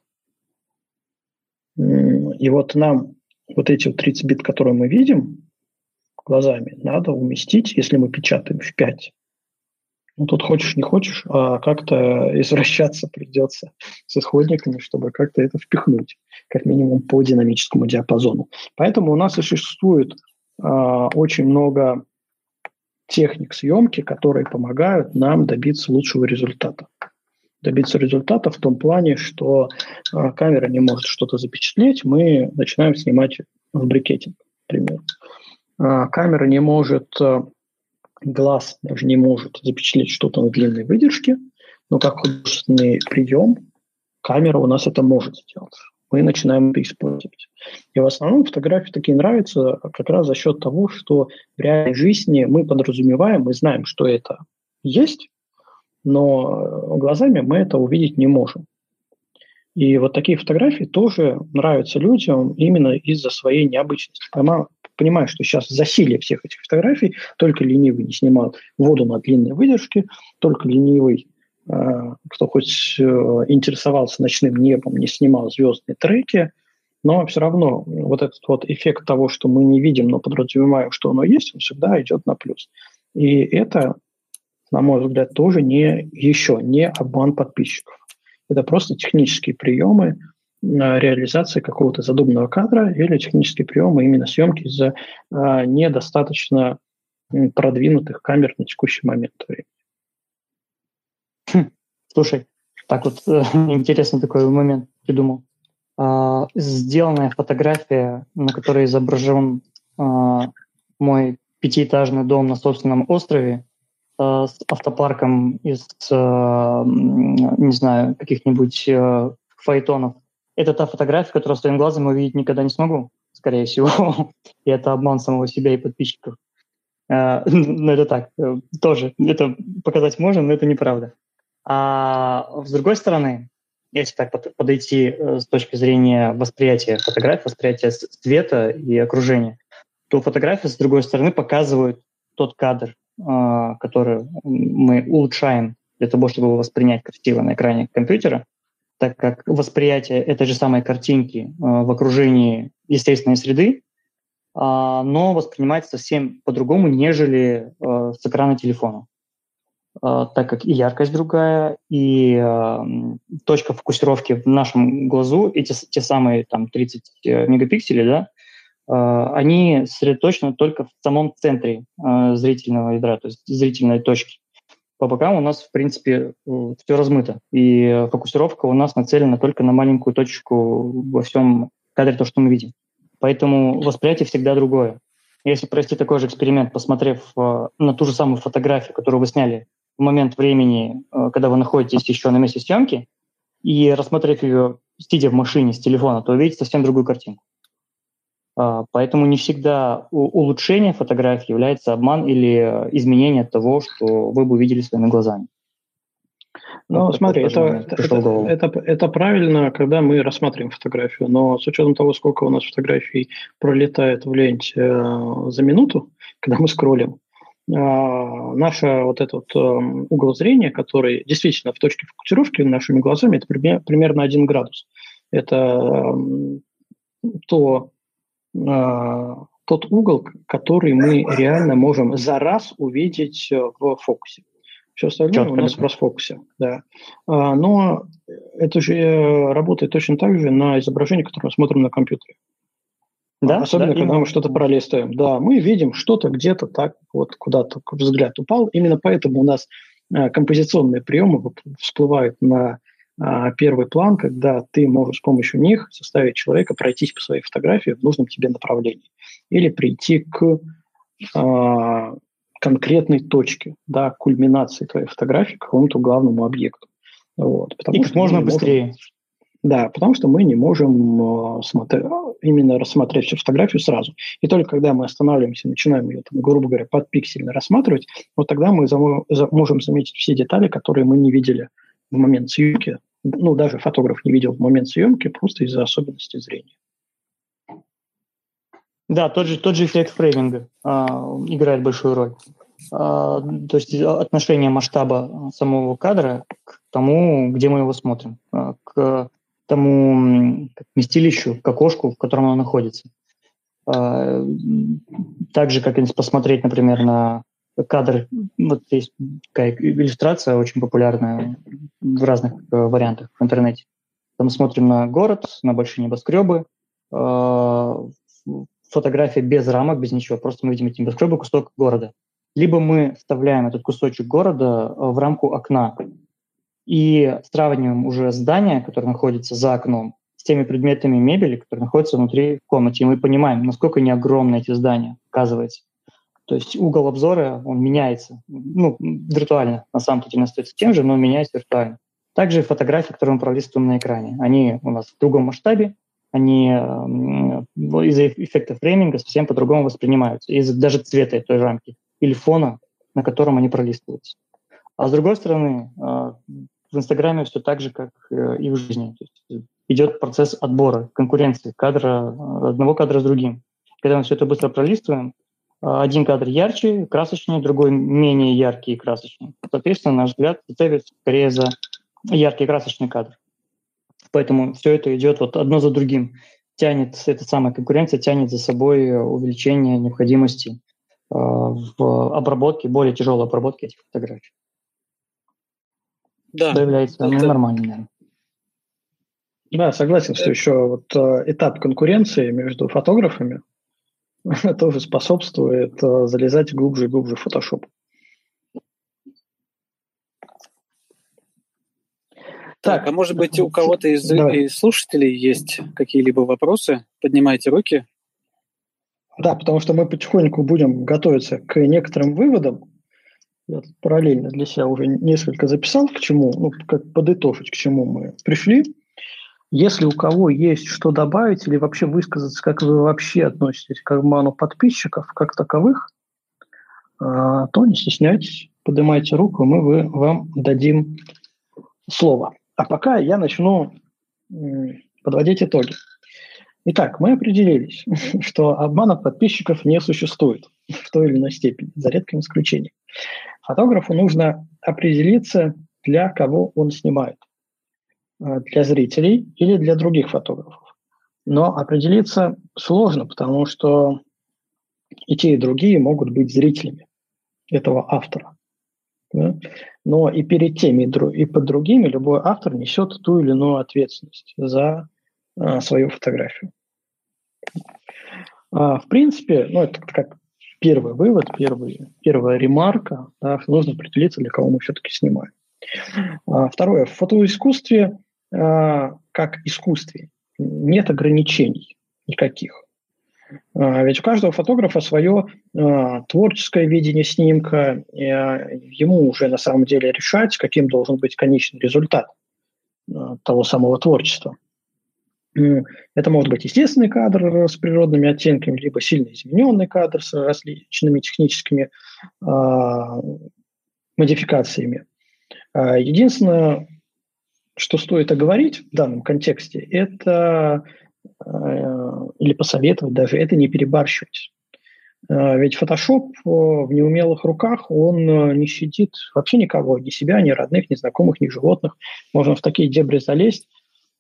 [SPEAKER 1] И вот нам вот эти 30 бит, которые мы видим глазами, надо уместить, если мы печатаем в 5. Ну, тут хочешь, не хочешь, а как-то извращаться придется с исходниками, чтобы как-то это впихнуть, как минимум по динамическому диапазону. Поэтому у нас и существует очень много техник съемки, которые помогают нам добиться лучшего результата. Добиться результата в том плане, что камера не может что-то запечатлеть, мы начинаем снимать в брикетинг, например. Камера не может, глаз даже не может запечатлеть что-то на длинной выдержке, но как художественный прием камера у нас это может сделать. Мы начинаем это использовать. И в основном фотографии такие нравятся как раз за счет того, что в реальной жизни мы подразумеваем, мы знаем, что это есть, но глазами мы это увидеть не можем. И вот такие фотографии тоже нравятся людям именно из-за своей необычности. Понимаю, что сейчас засилие всех этих фотографий, только ленивый не снимал воду на длинной выдержке, только ленивый, кто хоть интересовался ночным небом, не снимал звездные треки, но все равно вот этот вот эффект того, что мы не видим, но подразумеваем, что оно есть, он всегда идет на плюс. И это, на мой взгляд, тоже не обман подписчиков. Это просто технические приемы реализации какого-то задуманного кадра или технические приемы именно съемки из-за недостаточно продвинутых камер на текущий момент времени.
[SPEAKER 2] Слушай, так вот интересный такой момент придумал. Сделанная фотография, на которой изображен мой 5-этажный дом на собственном острове с автопарком из, не знаю, каких-нибудь фаэтонов. Это та фотография, которую своим глазом увидеть никогда не смогу, скорее всего. И это обман самого себя и подписчиков. Но это так, тоже. Это показать можно, но это неправда. А с другой стороны, если так подойти с точки зрения восприятия фотографии, восприятия цвета и окружения, то фотографии, с другой стороны, показывают тот кадр, который мы улучшаем для того, чтобы его воспринять красиво на экране компьютера, так как восприятие этой же самой картинки в окружении естественной среды, но воспринимается совсем по-другому, нежели с экрана телефона. Так как и яркость другая, и точка фокусировки в нашем глазу, те самые там 30 мегапикселей, да, они сосредоточены только в самом центре зрительного ядра, то есть зрительной точки. По бокам у нас, в принципе, все размыто, и фокусировка у нас нацелена только на маленькую точку во всем кадре, то, что мы видим. Поэтому восприятие всегда другое. Если провести такой же эксперимент, посмотрев на ту же самую фотографию, которую вы сняли в момент времени, когда вы находитесь еще на месте съемки, и рассмотрев ее, сидя в машине с телефона, то увидите совсем другую картинку. Поэтому не всегда улучшение фотографии является обман или изменение того, что вы бы увидели своими глазами.
[SPEAKER 1] Ну, смотри, это правильно, когда мы рассматриваем фотографию, но с учетом того, сколько у нас фотографий пролетает в ленте за минуту, когда мы скроллим, наш вот этот угол зрения, который действительно в точке фокусировки нашими глазами, это примерно 1 градус. Это тот угол, который мы реально можем за раз увидеть в фокусе. Все остальное у нас в расфокусе. Да. Но это же работает точно так же на изображении, которое мы смотрим на компьютере. Да? Особенно, когда мы что-то пролистываем. Да, мы видим что-то где-то так, вот куда-то взгляд упал. Именно поэтому у нас композиционные приемы всплывают на первый план, когда ты можешь с помощью них заставить человека пройтись по своей фотографии в нужном тебе направлении. Или прийти к конкретной точке, да, кульминации твоей фотографии к какому-то главному объекту. Вот,
[SPEAKER 2] и как можно быстрее.
[SPEAKER 1] Да, потому что мы не можем именно рассмотреть всю фотографию сразу. И только когда мы останавливаемся и начинаем ее, там, грубо говоря, подпиксельно рассматривать, вот тогда мы можем заметить все детали, которые мы не видели в момент съемки. Ну, даже фотограф не видел в момент съемки просто из-за особенностей зрения.
[SPEAKER 2] Да, тот же эффект фрейминга играет большую роль. То есть отношение масштаба самого кадра к тому, где мы его смотрим, к тому вместилищу, к окошку, в котором оно находится. Так же, как если посмотреть, например, на кадр, вот есть такая иллюстрация очень популярная в разных вариантах в интернете. Там смотрим на город, на большие небоскребы, фотография без рамок, без ничего, просто мы видим эти небоскребы, кусок города. Либо мы вставляем этот кусочек города в рамку окна и сравниваем уже здание, которое находится за окном, с теми предметами мебели, которые находятся внутри комнаты. И мы понимаем, насколько не огромны эти здания, оказывается. То есть угол обзора, он меняется. Ну, виртуально, на самом деле, остается тем же, но меняется виртуально. Также фотографии, которые мы пролистываем на экране, они у нас в другом масштабе, они из-за эффекта фрейминга совсем по-другому воспринимаются, из-за даже цвета той рамки или фона, на котором они пролистываются. А с другой стороны, в Инстаграме все так же, как и в жизни. То есть идет процесс отбора, конкуренции одного кадра с другим. Когда мы все это быстро пролистываем, один кадр ярче, красочнее, другой менее яркий и красочный. Соответственно, наш взгляд зацепится скорее за яркий красочный кадр. Поэтому все это идет вот одно за другим. Эта самая конкуренция тянет за собой увеличение необходимости в обработке, более тяжелой обработке этих фотографий.
[SPEAKER 3] Да.
[SPEAKER 2] Что является нормальным.
[SPEAKER 1] Да, согласен, что еще вот этап конкуренции между фотографами тоже способствует залезать глубже и глубже в Photoshop.
[SPEAKER 3] Так, а может быть, у кого-то из слушателей есть какие-либо вопросы? Поднимайте руки.
[SPEAKER 1] Да, потому что мы потихоньку будем готовиться к некоторым выводам. Я тут параллельно для себя уже несколько записал, к чему, ну, как подытожить, к чему мы пришли. Если у кого есть что добавить или вообще высказаться, как вы вообще относитесь к обману подписчиков как таковых, то не стесняйтесь, поднимайте руку, мы вам дадим слово. А пока я начну подводить итоги. Итак, мы определились, что обмана подписчиков не существует в той или иной степени, за редким исключением. Фотографу нужно определиться, для кого он снимает. Для зрителей или для других фотографов. Но определиться сложно, потому что и те, и другие могут быть зрителями этого автора. Да? Но и перед теми, и под другими любой автор несет ту или иную ответственность за свою фотографию. В принципе, это как первый вывод, первая ремарка, да, нужно определиться, для кого мы все-таки снимаем. Второе. В фотоискусстве, как искусстве, нет ограничений никаких. Ведь у каждого фотографа свое творческое видение снимка, ему уже на самом деле решать, каким должен быть конечный результат того самого творчества. Это может быть естественный кадр с природными оттенками, либо сильно измененный кадр с различными техническими модификациями. Единственное, что стоит оговорить в данном контексте, это или посоветовать даже, это не перебарщивать. Ведь Photoshop в неумелых руках, он не щадит вообще никого, ни себя, ни родных, ни знакомых, ни животных. Можно в такие дебри залезть,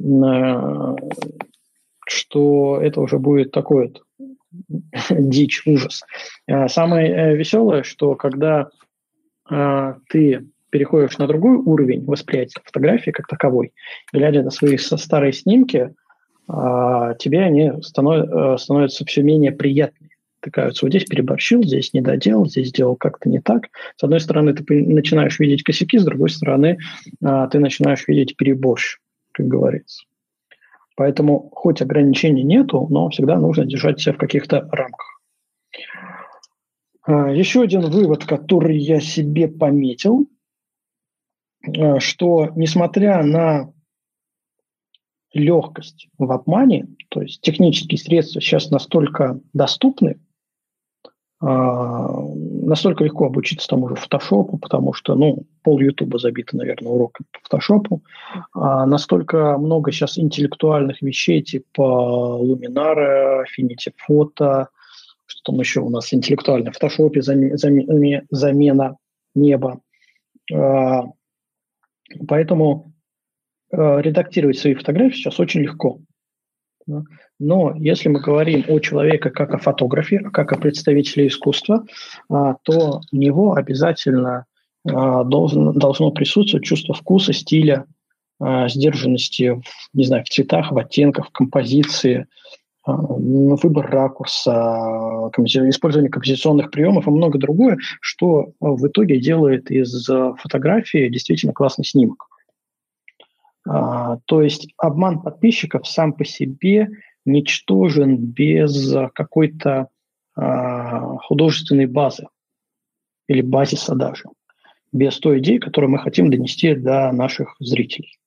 [SPEAKER 1] что это уже будет такой дичь, ужас. Самое веселое, что когда ты переходишь на другой уровень восприятия фотографии как таковой, глядя на свои старые снимки, тебе они становятся все менее приятными. Ты кажется, вот здесь переборщил, здесь не доделал, здесь сделал как-то не так. С одной стороны, ты начинаешь видеть косяки, с другой стороны, ты начинаешь видеть переборщ, как говорится. Поэтому хоть ограничений нету, но всегда нужно держать себя в каких-то рамках. Еще один вывод, который я себе пометил, что несмотря на легкость в обмане, то есть технические средства сейчас настолько доступны, настолько легко обучиться тому же фотошопу, потому что, пол Ютуба забито, наверное, уроками по фотошопу, настолько много сейчас интеллектуальных вещей типа Luminara, Affinity Photo, что там еще у нас интеллектуально в фотошопе, замена неба. Поэтому редактировать свои фотографии сейчас очень легко. Но если мы говорим о человеке как о фотографе, как о представителе искусства, то у него обязательно должно присутствовать чувство вкуса, стиля, сдержанности, в цветах, в оттенках, в композиции, выбор ракурса, использование композиционных приемов и многое другое, что в итоге делает из фотографии действительно классный снимок. То есть обман подписчиков сам по себе ничтожен без какой-то художественной базы или базиса даже, без той идеи, которую мы хотим донести до наших зрителей.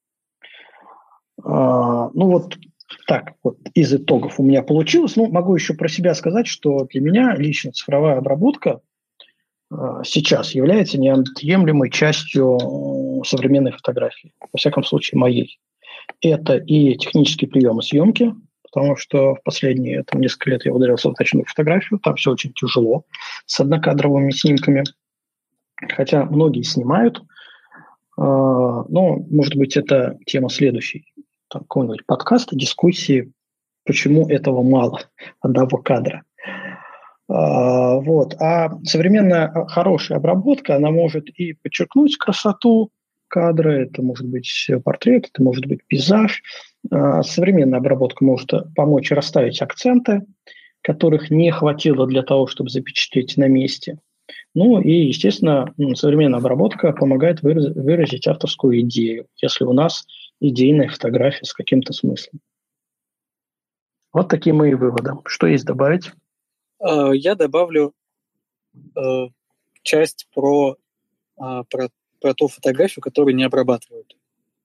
[SPEAKER 1] Так вот из итогов у меня получилось. Могу еще про себя сказать, что для меня лично цифровая обработка сейчас является неотъемлемой частью современной фотографии, во всяком случае моей. Это и технические приемы съемки, потому что в последние несколько лет я ударился в ночную фотографию, там все очень тяжело с однокадровыми снимками, хотя многие снимают, но, может быть, это тема следующей, какого-нибудь подкаста, дискуссии, почему этого мало, одного кадра. А современная хорошая обработка, она может и подчеркнуть красоту кадра, это может быть портрет, это может быть пейзаж. Современная обработка может помочь расставить акценты, которых не хватило для того, чтобы запечатлеть на месте. И, естественно, современная обработка помогает выразить авторскую идею, если у нас идейная фотография с каким-то смыслом. Вот такие мои выводы. Что есть добавить?
[SPEAKER 3] Я добавлю часть про ту фотографию, которую не обрабатывают.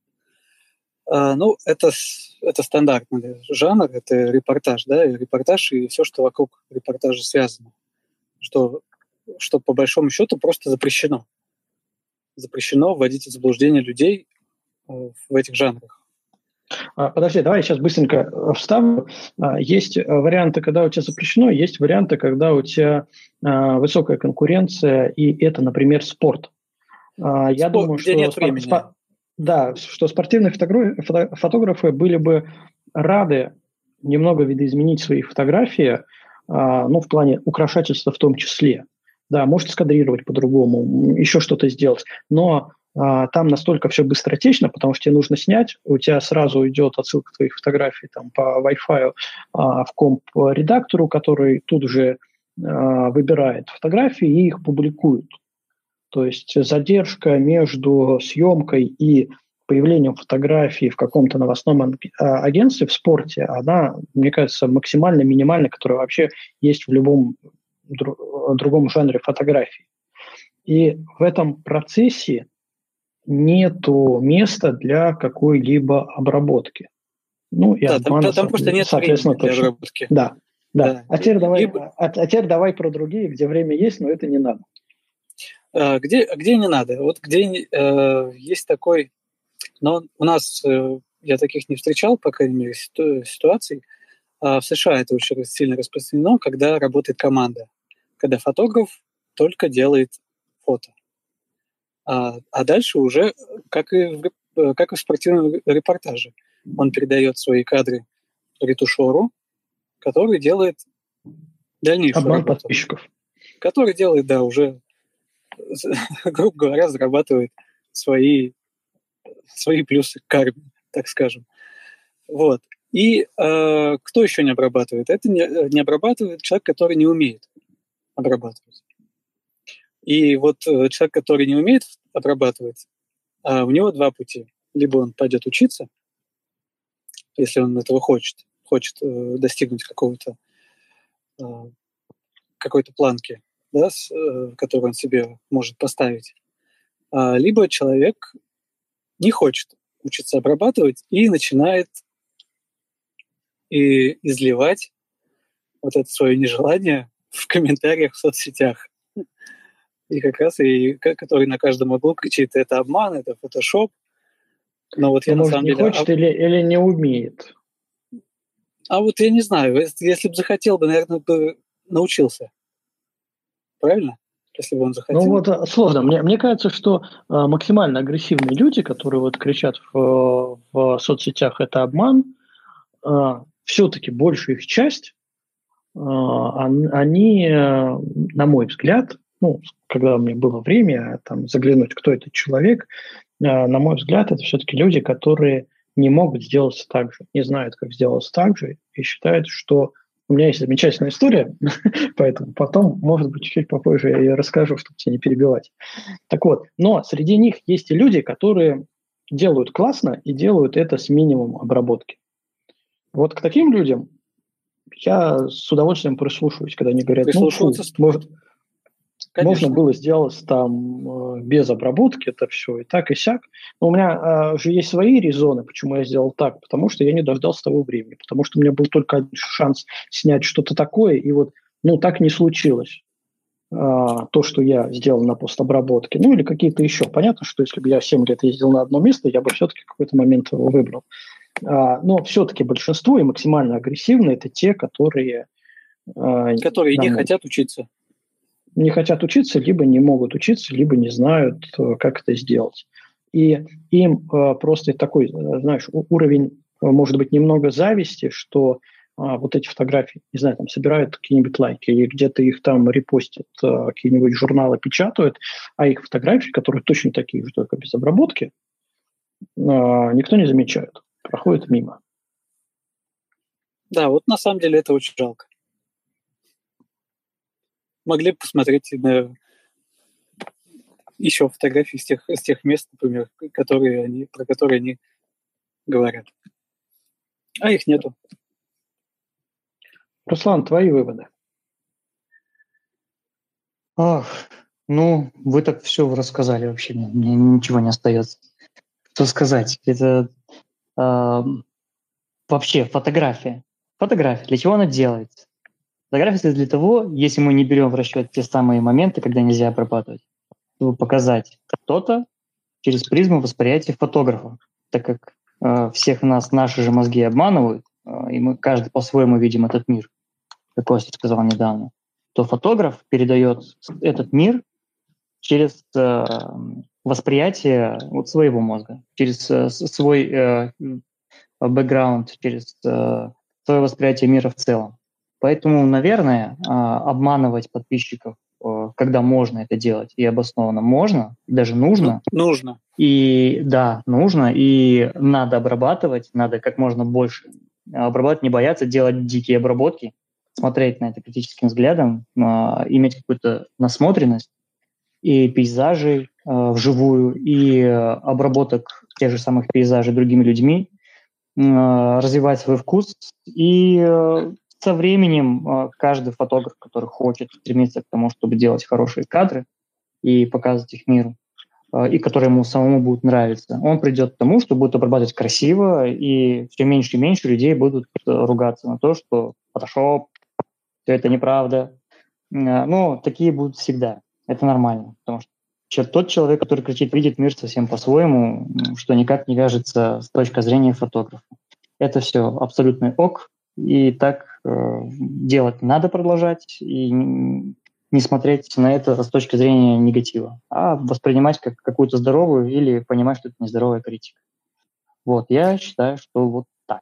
[SPEAKER 3] Это стандартный жанр, это репортаж, да, и репортаж и все, что вокруг репортажа связано, что по большому счету просто запрещено. Запрещено вводить в заблуждение людей в этих жанрах.
[SPEAKER 1] Подожди, давай я сейчас быстренько вставлю. Есть варианты, когда у тебя запрещено, есть варианты, когда у тебя высокая конкуренция, и это, например, спорт. Я думаю,
[SPEAKER 3] где нет времени.
[SPEAKER 1] Да, что спортивные фотографы были бы рады немного видоизменить свои фотографии, в плане украшательства в том числе. Да, может скадрировать по-другому, еще что-то сделать. Но там настолько все быстротечно, потому что тебе нужно снять, у тебя сразу идет отсылка твоих фотографий там, по Wi-Fi в комп-редактору, который тут же выбирает фотографии и их публикует. То есть задержка между съемкой и появлением фотографий в каком-то новостном агентстве в спорте, она, мне кажется, максимально минимальная, которая вообще есть в любом другом жанре фотографий. И в этом процессе нету места для какой-либо обработки. И
[SPEAKER 3] обмана, там просто нет времени для обработки.
[SPEAKER 1] Да. А теперь давай про другие, где время есть, но это не надо.
[SPEAKER 3] Где не надо? Вот где есть такой... Но у нас, я таких не встречал, по крайней мере, ситуаций. В США это очень сильно распространено, когда работает команда. Когда фотограф только делает фото. А дальше уже, как и в спортивном репортаже, он передает свои кадры ретушеру, который делает дальнейшую
[SPEAKER 1] обман
[SPEAKER 3] работу.
[SPEAKER 1] Подписчиков.
[SPEAKER 3] Который делает, уже, грубо говоря, зарабатывает свои плюсы к карме, так скажем. Вот. И кто еще не обрабатывает? Это не обрабатывает человек, который не умеет обрабатывать. И вот человек, который не умеет обрабатывать, у него два пути. Либо он пойдет учиться, если он этого хочет достигнуть какой-то планки, да, которую он себе может поставить. Либо человек не хочет учиться обрабатывать и начинает изливать вот это свое нежелание в комментариях в соцсетях. И как раз который на каждом углу кричит: это обман, это фотошоп. Но вот я на самом деле...
[SPEAKER 1] не хочет или не умеет?
[SPEAKER 3] А вот я не знаю. Если бы захотел, бы, наверное, бы научился. Правильно? Если бы он захотел.
[SPEAKER 1] Сложно. Мне кажется, что максимально агрессивные люди, которые вот кричат в соцсетях «это обман», все-таки большая их часть, они, на мой взгляд, когда у меня было время там заглянуть, кто этот человек, на мой взгляд, это все-таки люди, которые не могут сделать так же, не знают, как сделать так же, и считают, что у меня есть замечательная история, поэтому потом, может быть, чуть попозже я ее расскажу, чтобы тебя не перебивать. Так вот, но среди них есть и люди, которые делают классно и делают это с минимумом обработки. Вот к таким людям я с удовольствием прислушиваюсь, когда они говорят, можно было сделать там без обработки это все и так, и сяк. Но у меня же есть свои резоны, почему я сделал так. Потому что я не дождался того времени. Потому что у меня был только один шанс снять что-то такое, и вот, так не случилось. То, что я сделал на постобработке. Или какие-то еще. Понятно, что если бы я 7 лет ездил на одно место, я бы все-таки в какой-то момент его выбрал. Но все-таки большинство и максимально агрессивные – это те, которые
[SPEAKER 3] не хотят учиться.
[SPEAKER 1] Не хотят учиться, либо не могут учиться, либо не знают, как это сделать. И им просто такой, знаешь, уровень, может быть, немного зависти, что вот эти фотографии, не знаю, там собирают какие-нибудь лайки, или где-то их там репостят, какие-нибудь журналы печатают, а их фотографии, которые точно такие же, только без обработки, никто не замечает, проходит мимо.
[SPEAKER 3] Да, вот на самом деле это очень жалко. Могли бы посмотреть еще фотографии с тех мест, например, про которые они говорят. А их нету.
[SPEAKER 1] Руслан, твои выводы?
[SPEAKER 2] Вы так все рассказали вообще. Мне ничего не остается. Что сказать? Это вообще фотография. Фотография. Для чего она делается? Фотография для того, если мы не берем в расчет те самые моменты, когда нельзя обрабатывать, чтобы показать что-то через призму восприятия фотографа. так как всех нас наши же мозги обманывают, и мы каждый по-своему видим этот мир, как Костя сказал недавно, то фотограф передает этот мир через восприятие вот своего мозга, через свой бэкграунд, через свое восприятие мира в целом. Поэтому, наверное, обманывать подписчиков, когда можно это делать и обоснованно можно, даже нужно.
[SPEAKER 3] Нужно.
[SPEAKER 2] И да, нужно, и надо обрабатывать, надо как можно больше обрабатывать, не бояться делать дикие обработки, смотреть на это критическим взглядом, иметь какую-то насмотренность и пейзажей вживую, и обработок тех же самых пейзажей другими людьми, развивать свой вкус. И со временем каждый фотограф, который хочет стремиться к тому, чтобы делать хорошие кадры и показывать их миру, и который ему самому будет нравиться, он придет к тому, что будет обрабатывать красиво, и все меньше и меньше людей будут ругаться на то, что Photoshop, все это неправда. Но такие будут всегда. Это нормально, потому что тот человек, который кричит, видит мир совсем по-своему, что никак не вяжется с точки зрения фотографа. Это все абсолютный ок, и так делать надо продолжать, и не смотреть на это с точки зрения негатива, а воспринимать как какую-то здоровую или понимать, что это нездоровая критика. Вот, я считаю, что вот так.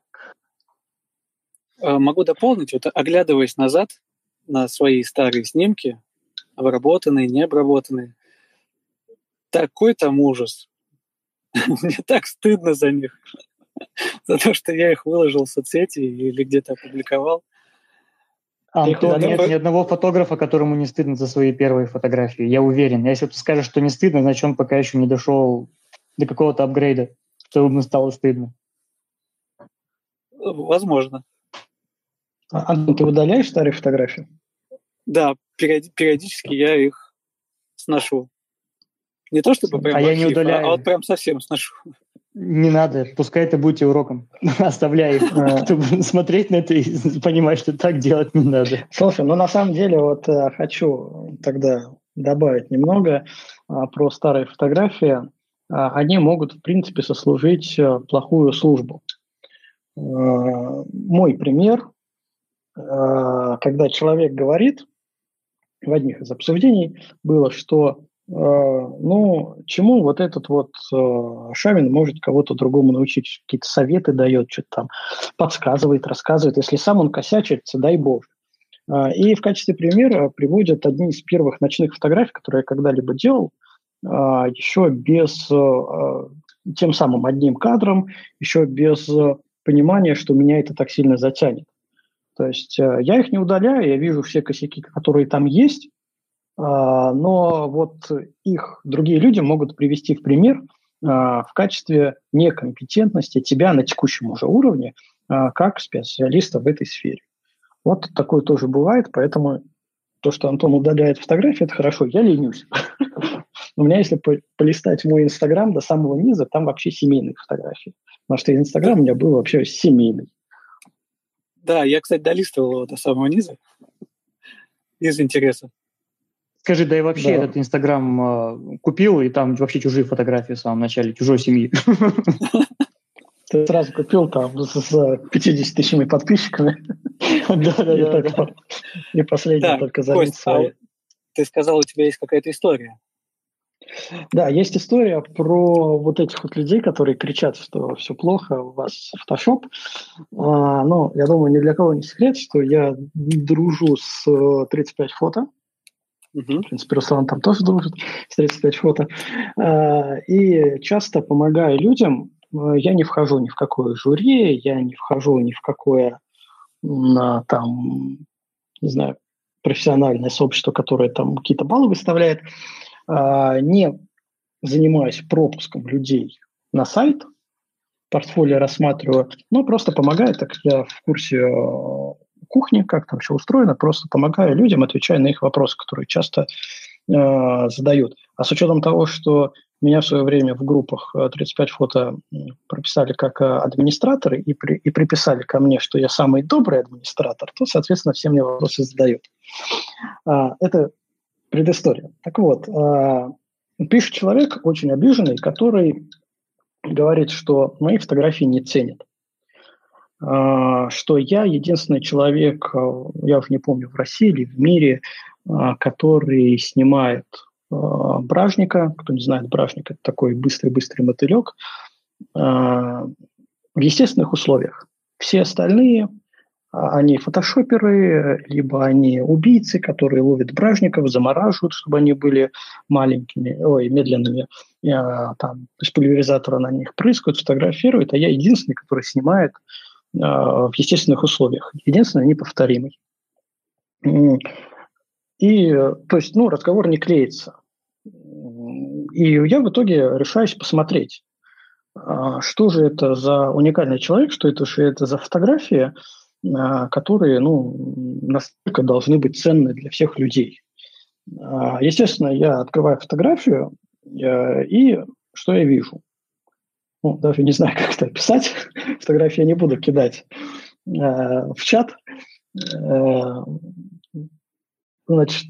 [SPEAKER 3] Могу дополнить, вот оглядываясь назад на свои старые снимки, обработанные, необработанные, такой там ужас. Мне так стыдно за них, за то, что я их выложил в соцсети или где-то опубликовал.
[SPEAKER 2] Антон, нет ни одного фотографа, которому не стыдно за свои первые фотографии, я уверен. Если ты скажешь, что не стыдно, значит, он пока еще не дошел до какого-то апгрейда, чтобы ему стало стыдно.
[SPEAKER 3] Возможно.
[SPEAKER 1] Антон, ты удаляешь старые фотографии?
[SPEAKER 3] Да, периодически я их сношу. Не то чтобы прям
[SPEAKER 2] я не удаляю.
[SPEAKER 3] А вот прям совсем сношу.
[SPEAKER 2] Не надо, пускай это будет уроком. Оставляй их, чтобы смотреть на это и понимать, что так делать не надо.
[SPEAKER 1] Слушай, ну на самом деле вот хочу тогда добавить немного про старые фотографии. Они могут, в принципе, сослужить плохую службу. Мой пример, когда человек говорит, в одних из обсуждений было, что чему вот этот вот Шамин может кого-то другому научить, какие-то советы дает, что-то там подсказывает, рассказывает. Если сам он косячит, дай бог. И в качестве примера приводят одни из первых ночных фотографий, которые я когда-либо делал, еще без, тем самым одним кадром, еще без понимания, что меня это так сильно затянет. То есть я их не удаляю, я вижу все косяки, которые там есть, но вот их другие люди могут привести в пример в качестве некомпетентности тебя на текущем уже уровне как специалиста в этой сфере. Вот такое тоже бывает, поэтому то, что Антон удаляет фотографии, это хорошо, я ленюсь. У меня, если полистать мой Инстаграм до самого низа, там вообще семейные фотографии. Потому что Инстаграм у меня был вообще семейный.
[SPEAKER 3] Да, я, кстати, долистывал его до самого низа из интереса.
[SPEAKER 2] Скажи, да и вообще этот Инстаграм купил, и там вообще чужие фотографии в самом начале, чужой семьи.
[SPEAKER 1] Ты сразу купил там с 50 тысячами подписчиками. Да. И последний только залил свои.
[SPEAKER 3] Ты сказал, у тебя есть какая-то история.
[SPEAKER 1] Да, есть история про вот этих вот людей, которые кричат, что все плохо, у вас Photoshop. Но я думаю, ни для кого не секрет, что я дружу с 35 фото. В принципе, Руслан там тоже дружит с 35 фото. И часто помогаю людям. Я не вхожу ни в какое жюри, я не вхожу ни в какое там, не знаю, профессиональное сообщество, которое там какие-то баллы выставляет. Не занимаюсь пропуском людей на сайт, портфолио рассматриваю, но просто помогаю, так как я в курсе кухни, как там все устроено, просто помогаю людям, отвечаю на их вопросы, которые часто задают. А с учетом того, что меня в свое время в группах 35 фото прописали как администраторы и приписали ко мне, что я самый добрый администратор, то, соответственно, все мне вопросы задают. Это предыстория. Так вот, пишет человек очень обиженный, который говорит, что мои фотографии не ценят. Что я единственный человек, я уже не помню, в России или в мире, который снимает бражника. Кто не знает, бражник – это такой быстрый-быстрый мотылек в естественных условиях. Все остальные, они фотошоперы, либо они убийцы, которые ловят бражников, замораживают, чтобы они были медленными, там, из пульверизатора на них прыскают, фотографируют, а я единственный, который снимает в естественных условиях. Единственный, неповторимый. И, то есть, разговор не клеится. И я в итоге решаюсь посмотреть, что же это за уникальный человек, что это за фотографии, которые, настолько должны быть ценны для всех людей. Естественно, я открываю фотографию, и что я вижу? Даже не знаю, как это описать. Фотографии я не буду кидать в чат. Значит,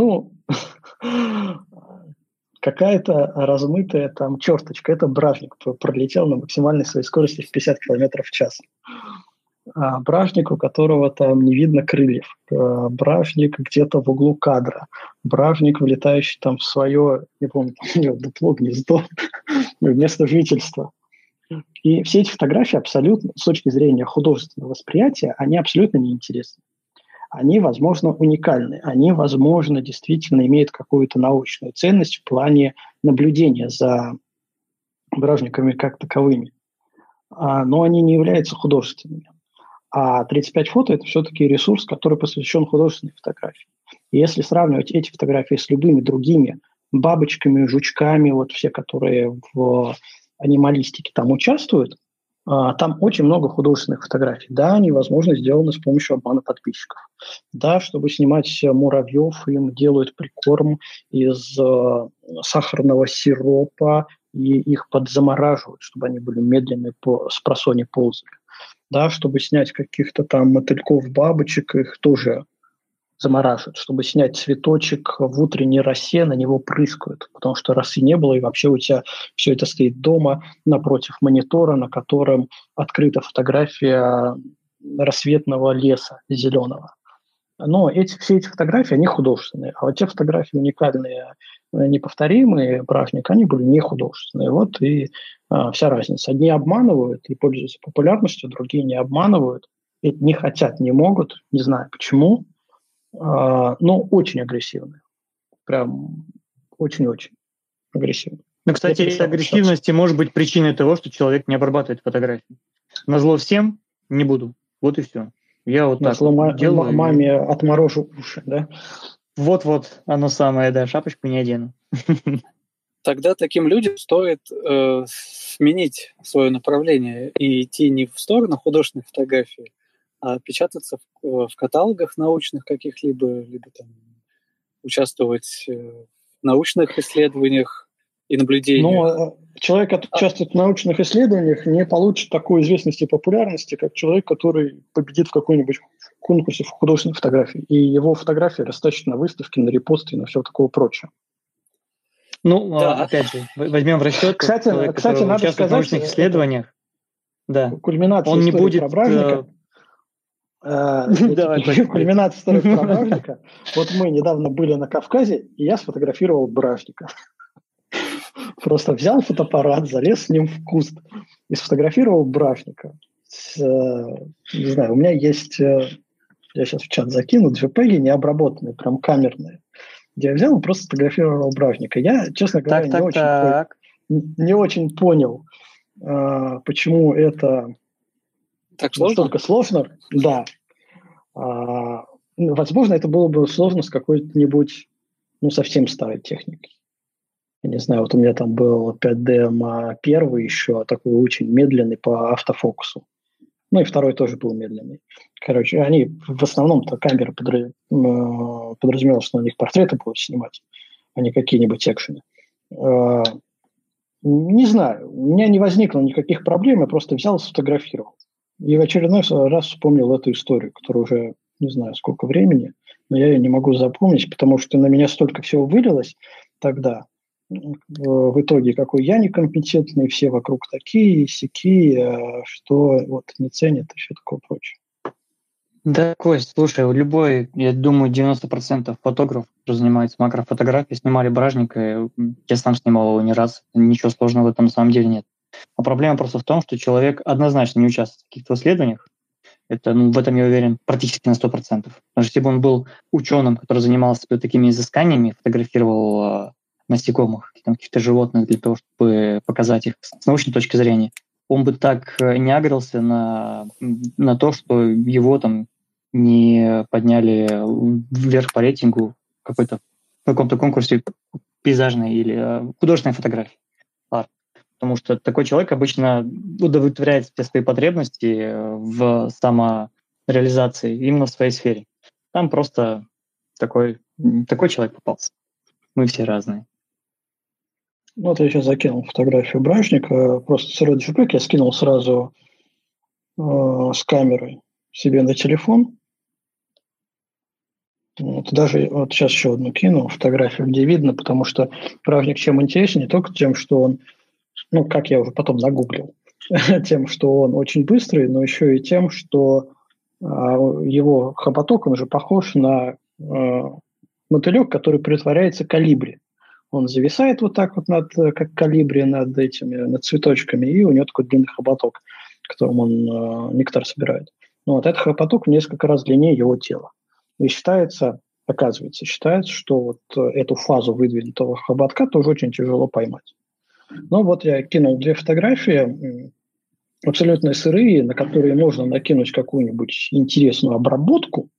[SPEAKER 1] какая-то размытая там черточка. Это бражник пролетел на максимальной своей скорости в 50 км в час. Бражник, у которого там не видно крыльев. Бражник где-то в углу кадра. Бражник, влетающий там в свое, не помню, дупло, гнездо, место жительства. И все эти фотографии абсолютно, с точки зрения художественного восприятия, они абсолютно неинтересны. Они, возможно, уникальны. Они, возможно, действительно имеют какую-то научную ценность в плане наблюдения за бражниками как таковыми. Но они не являются художественными. А 35 фото – это все-таки ресурс, который посвящен художественной фотографии. И если сравнивать эти фотографии с любыми другими бабочками, жучками, вот все, которые в анималистике там участвуют, там очень много художественных фотографий. Да, они, возможно, сделаны с помощью обмана подписчиков. Да, чтобы снимать муравьев, им делают прикорм из сахарного сиропа, и их подзамораживают, чтобы они были медленные, с просони ползали. Да, чтобы снять каких-то там мотыльков-бабочек, их тоже замораживают. Чтобы снять цветочек в утренней росе, на него прыскают, потому что росы не было, и вообще у тебя все это стоит дома напротив монитора, на котором открыта фотография рассветного леса зеленого. Но все эти фотографии, они художественные. А вот те фотографии уникальные, неповторимые, бражник, они были не художественные. Вот и вся разница. Одни обманывают и пользуются популярностью, другие не обманывают, и не хотят, не могут, не знаю почему, но очень агрессивные. Прям очень-очень агрессивные.
[SPEAKER 2] Ну, кстати, эта агрессивность может быть причиной того, что человек не обрабатывает фотографии. Назло всем не буду. Вот и все. Я вот так делаю.
[SPEAKER 1] Маме отморожу уши, да?
[SPEAKER 2] Вот-вот, оно самое, да, шапочку не одену.
[SPEAKER 3] Тогда таким людям стоит сменить свое направление и идти не в сторону художественной фотографии, а печататься в каталогах научных каких-либо, либо там участвовать в научных исследованиях и наблюдениях.
[SPEAKER 1] Но человек, который участвует в научных исследованиях, не получит такой известности и популярности, как человек, который победит в какой-нибудь конкурсе в художественной фотографии. И его фотографии растащат на выставке, на репосты и на все такое прочее.
[SPEAKER 2] Ну, да. Опять же, возьмем в расчет,
[SPEAKER 1] кстати, надо сказать,
[SPEAKER 2] в научных исследованиях, да,
[SPEAKER 1] кульминация
[SPEAKER 2] он не будет...
[SPEAKER 1] Кульминация истории про бражника. Вот мы недавно были на Кавказе, и я сфотографировал бражника. Просто взял фотоаппарат, залез с ним в куст и сфотографировал бражника. Не знаю, у меня есть, я сейчас в чат закину, JPEG необработанные, прям камерные, где я взял и просто сфотографировал бражника. Я, честно говоря, не очень понял, почему это настолько сложно. Да. Возможно, это было бы сложно с какой-нибудь, совсем старой техникой. Я не знаю, вот у меня там был 5D первый еще, такой очень медленный по автофокусу. Ну и второй тоже был медленный. Короче, они в основном-то камеры подразумевали, что на них портреты будут снимать, а не какие-нибудь экшены. Не знаю, у меня не возникло никаких проблем, я просто взял и сфотографировал. И в очередной раз вспомнил эту историю, которую уже не знаю сколько времени, но я ее не могу запомнить, потому что на меня столько всего вылилось тогда. в итоге какой я некомпетентный, все вокруг такие, сякие, что вот не ценят и все такое прочее.
[SPEAKER 2] Да, Кость, слушай, любой, я думаю, 90% фотографов, кто занимается макрофотографией, снимали бражника, я сам снимал его не раз, ничего сложного в этом на самом деле нет. А проблема просто в том, что человек однозначно не участвует в каких-то исследованиях, это, в этом я уверен практически на 100%. Потому что если бы он был ученым, который занимался такими изысканиями, фотографировал насекомых, каких-то животных для того, чтобы показать их с научной точки зрения, он бы так не агрился на то, что его там не подняли вверх по рейтингу в каком-то конкурсе пейзажной или художественной фотографии. Потому что такой человек обычно удовлетворяет все свои потребности в самореализации именно в своей сфере. Там просто такой человек попался. Мы все разные.
[SPEAKER 1] Вот я сейчас закинул фотографию бражника. Просто с ради я скинул сразу с камеры себе на телефон. Вот, даже вот сейчас еще одну кину фотографию, где видно, потому что бражник чем интересен, не только тем, что он, как я уже потом загуглил, тем, что он очень быстрый, но еще и тем, что его хоботок, он же похож на мотылек, который притворяется колибри. Он зависает вот так вот как колибри над цветочками, и у него такой длинный хоботок, которым он нектар собирает. Этот хоботок в несколько раз длиннее его тела. И оказывается, что вот эту фазу выдвинутого хоботка тоже очень тяжело поймать. Но вот я кинул 2 фотографии, абсолютно сырые, на которые можно накинуть какую-нибудь интересную обработку,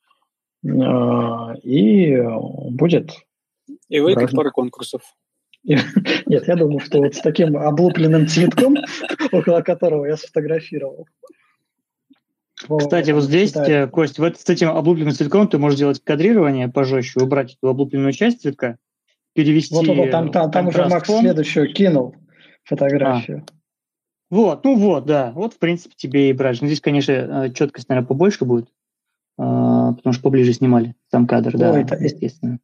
[SPEAKER 1] и будет...
[SPEAKER 3] И выиграть пару конкурсов.
[SPEAKER 1] Нет, я думаю, что вот с таким облупленным цветком, около которого я сфотографировал.
[SPEAKER 2] Кстати, вот здесь, Кость, с этим облупленным цветком ты можешь делать кадрирование пожестче, убрать эту облупленную часть цветка, перевести...
[SPEAKER 1] Там уже Макс следующую кинул фотографию.
[SPEAKER 2] Вот, да. Вот, в принципе, тебе и брать. Здесь, конечно, четкость, наверное, побольше будет, потому что поближе снимали сам кадр, да, естественно.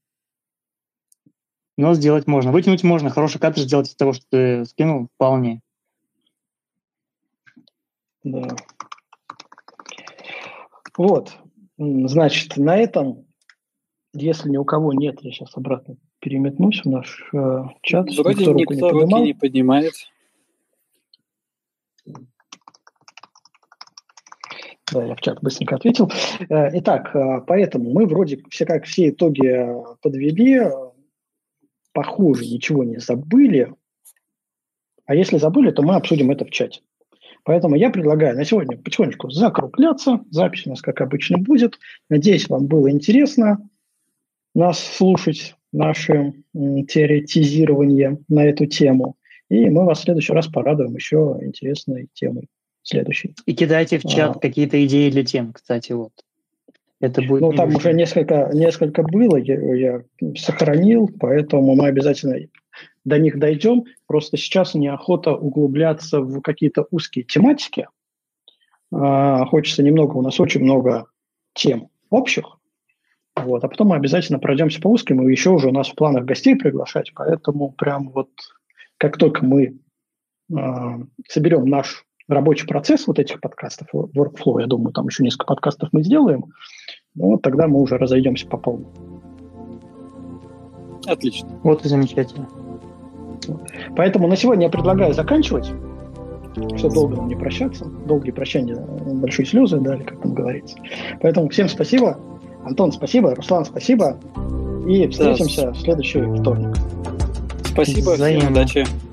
[SPEAKER 2] Но сделать можно. Вытянуть можно. Хороший кадр сделать из того, что ты скинул, вполне.
[SPEAKER 1] Да. Вот. Значит, на этом, если ни у кого нет, я сейчас обратно переметнусь в наш чат.
[SPEAKER 3] Вроде никто руки не поднимает.
[SPEAKER 1] Да, я в чат быстренько ответил. Итак, поэтому мы вроде все итоги подвели. Похоже, ничего не забыли. А если забыли, то мы обсудим это в чате. Поэтому я предлагаю на сегодня потихонечку закругляться. Запись у нас, как обычно, будет. Надеюсь, вам было интересно нас слушать, наше теоретизирование на эту тему. И мы вас в следующий раз порадуем еще интересной темой следующей.
[SPEAKER 2] И кидайте в чат какие-то идеи для тем, кстати, вот. Это будет
[SPEAKER 1] там уже несколько было, я сохранил, поэтому мы обязательно до них дойдем. Просто сейчас неохота углубляться в какие-то узкие тематики. Хочется немного, у нас очень много тем общих. Вот, а потом мы обязательно пройдемся по узким, и еще уже у нас в планах гостей приглашать, поэтому прям вот как только мы соберем наш рабочий процесс вот этих подкастов, workflow, я думаю, там еще несколько подкастов мы сделаем, тогда мы уже разойдемся по полной.
[SPEAKER 3] Отлично.
[SPEAKER 2] Вот и замечательно.
[SPEAKER 1] Поэтому на сегодня я предлагаю заканчивать, чтобы долго нам не прощаться. Долгие прощания, большие слезы дали, как там говорится. Поэтому всем спасибо. Антон, спасибо. Руслан, спасибо. И встретимся в следующий вторник.
[SPEAKER 3] Спасибо, всем удачи.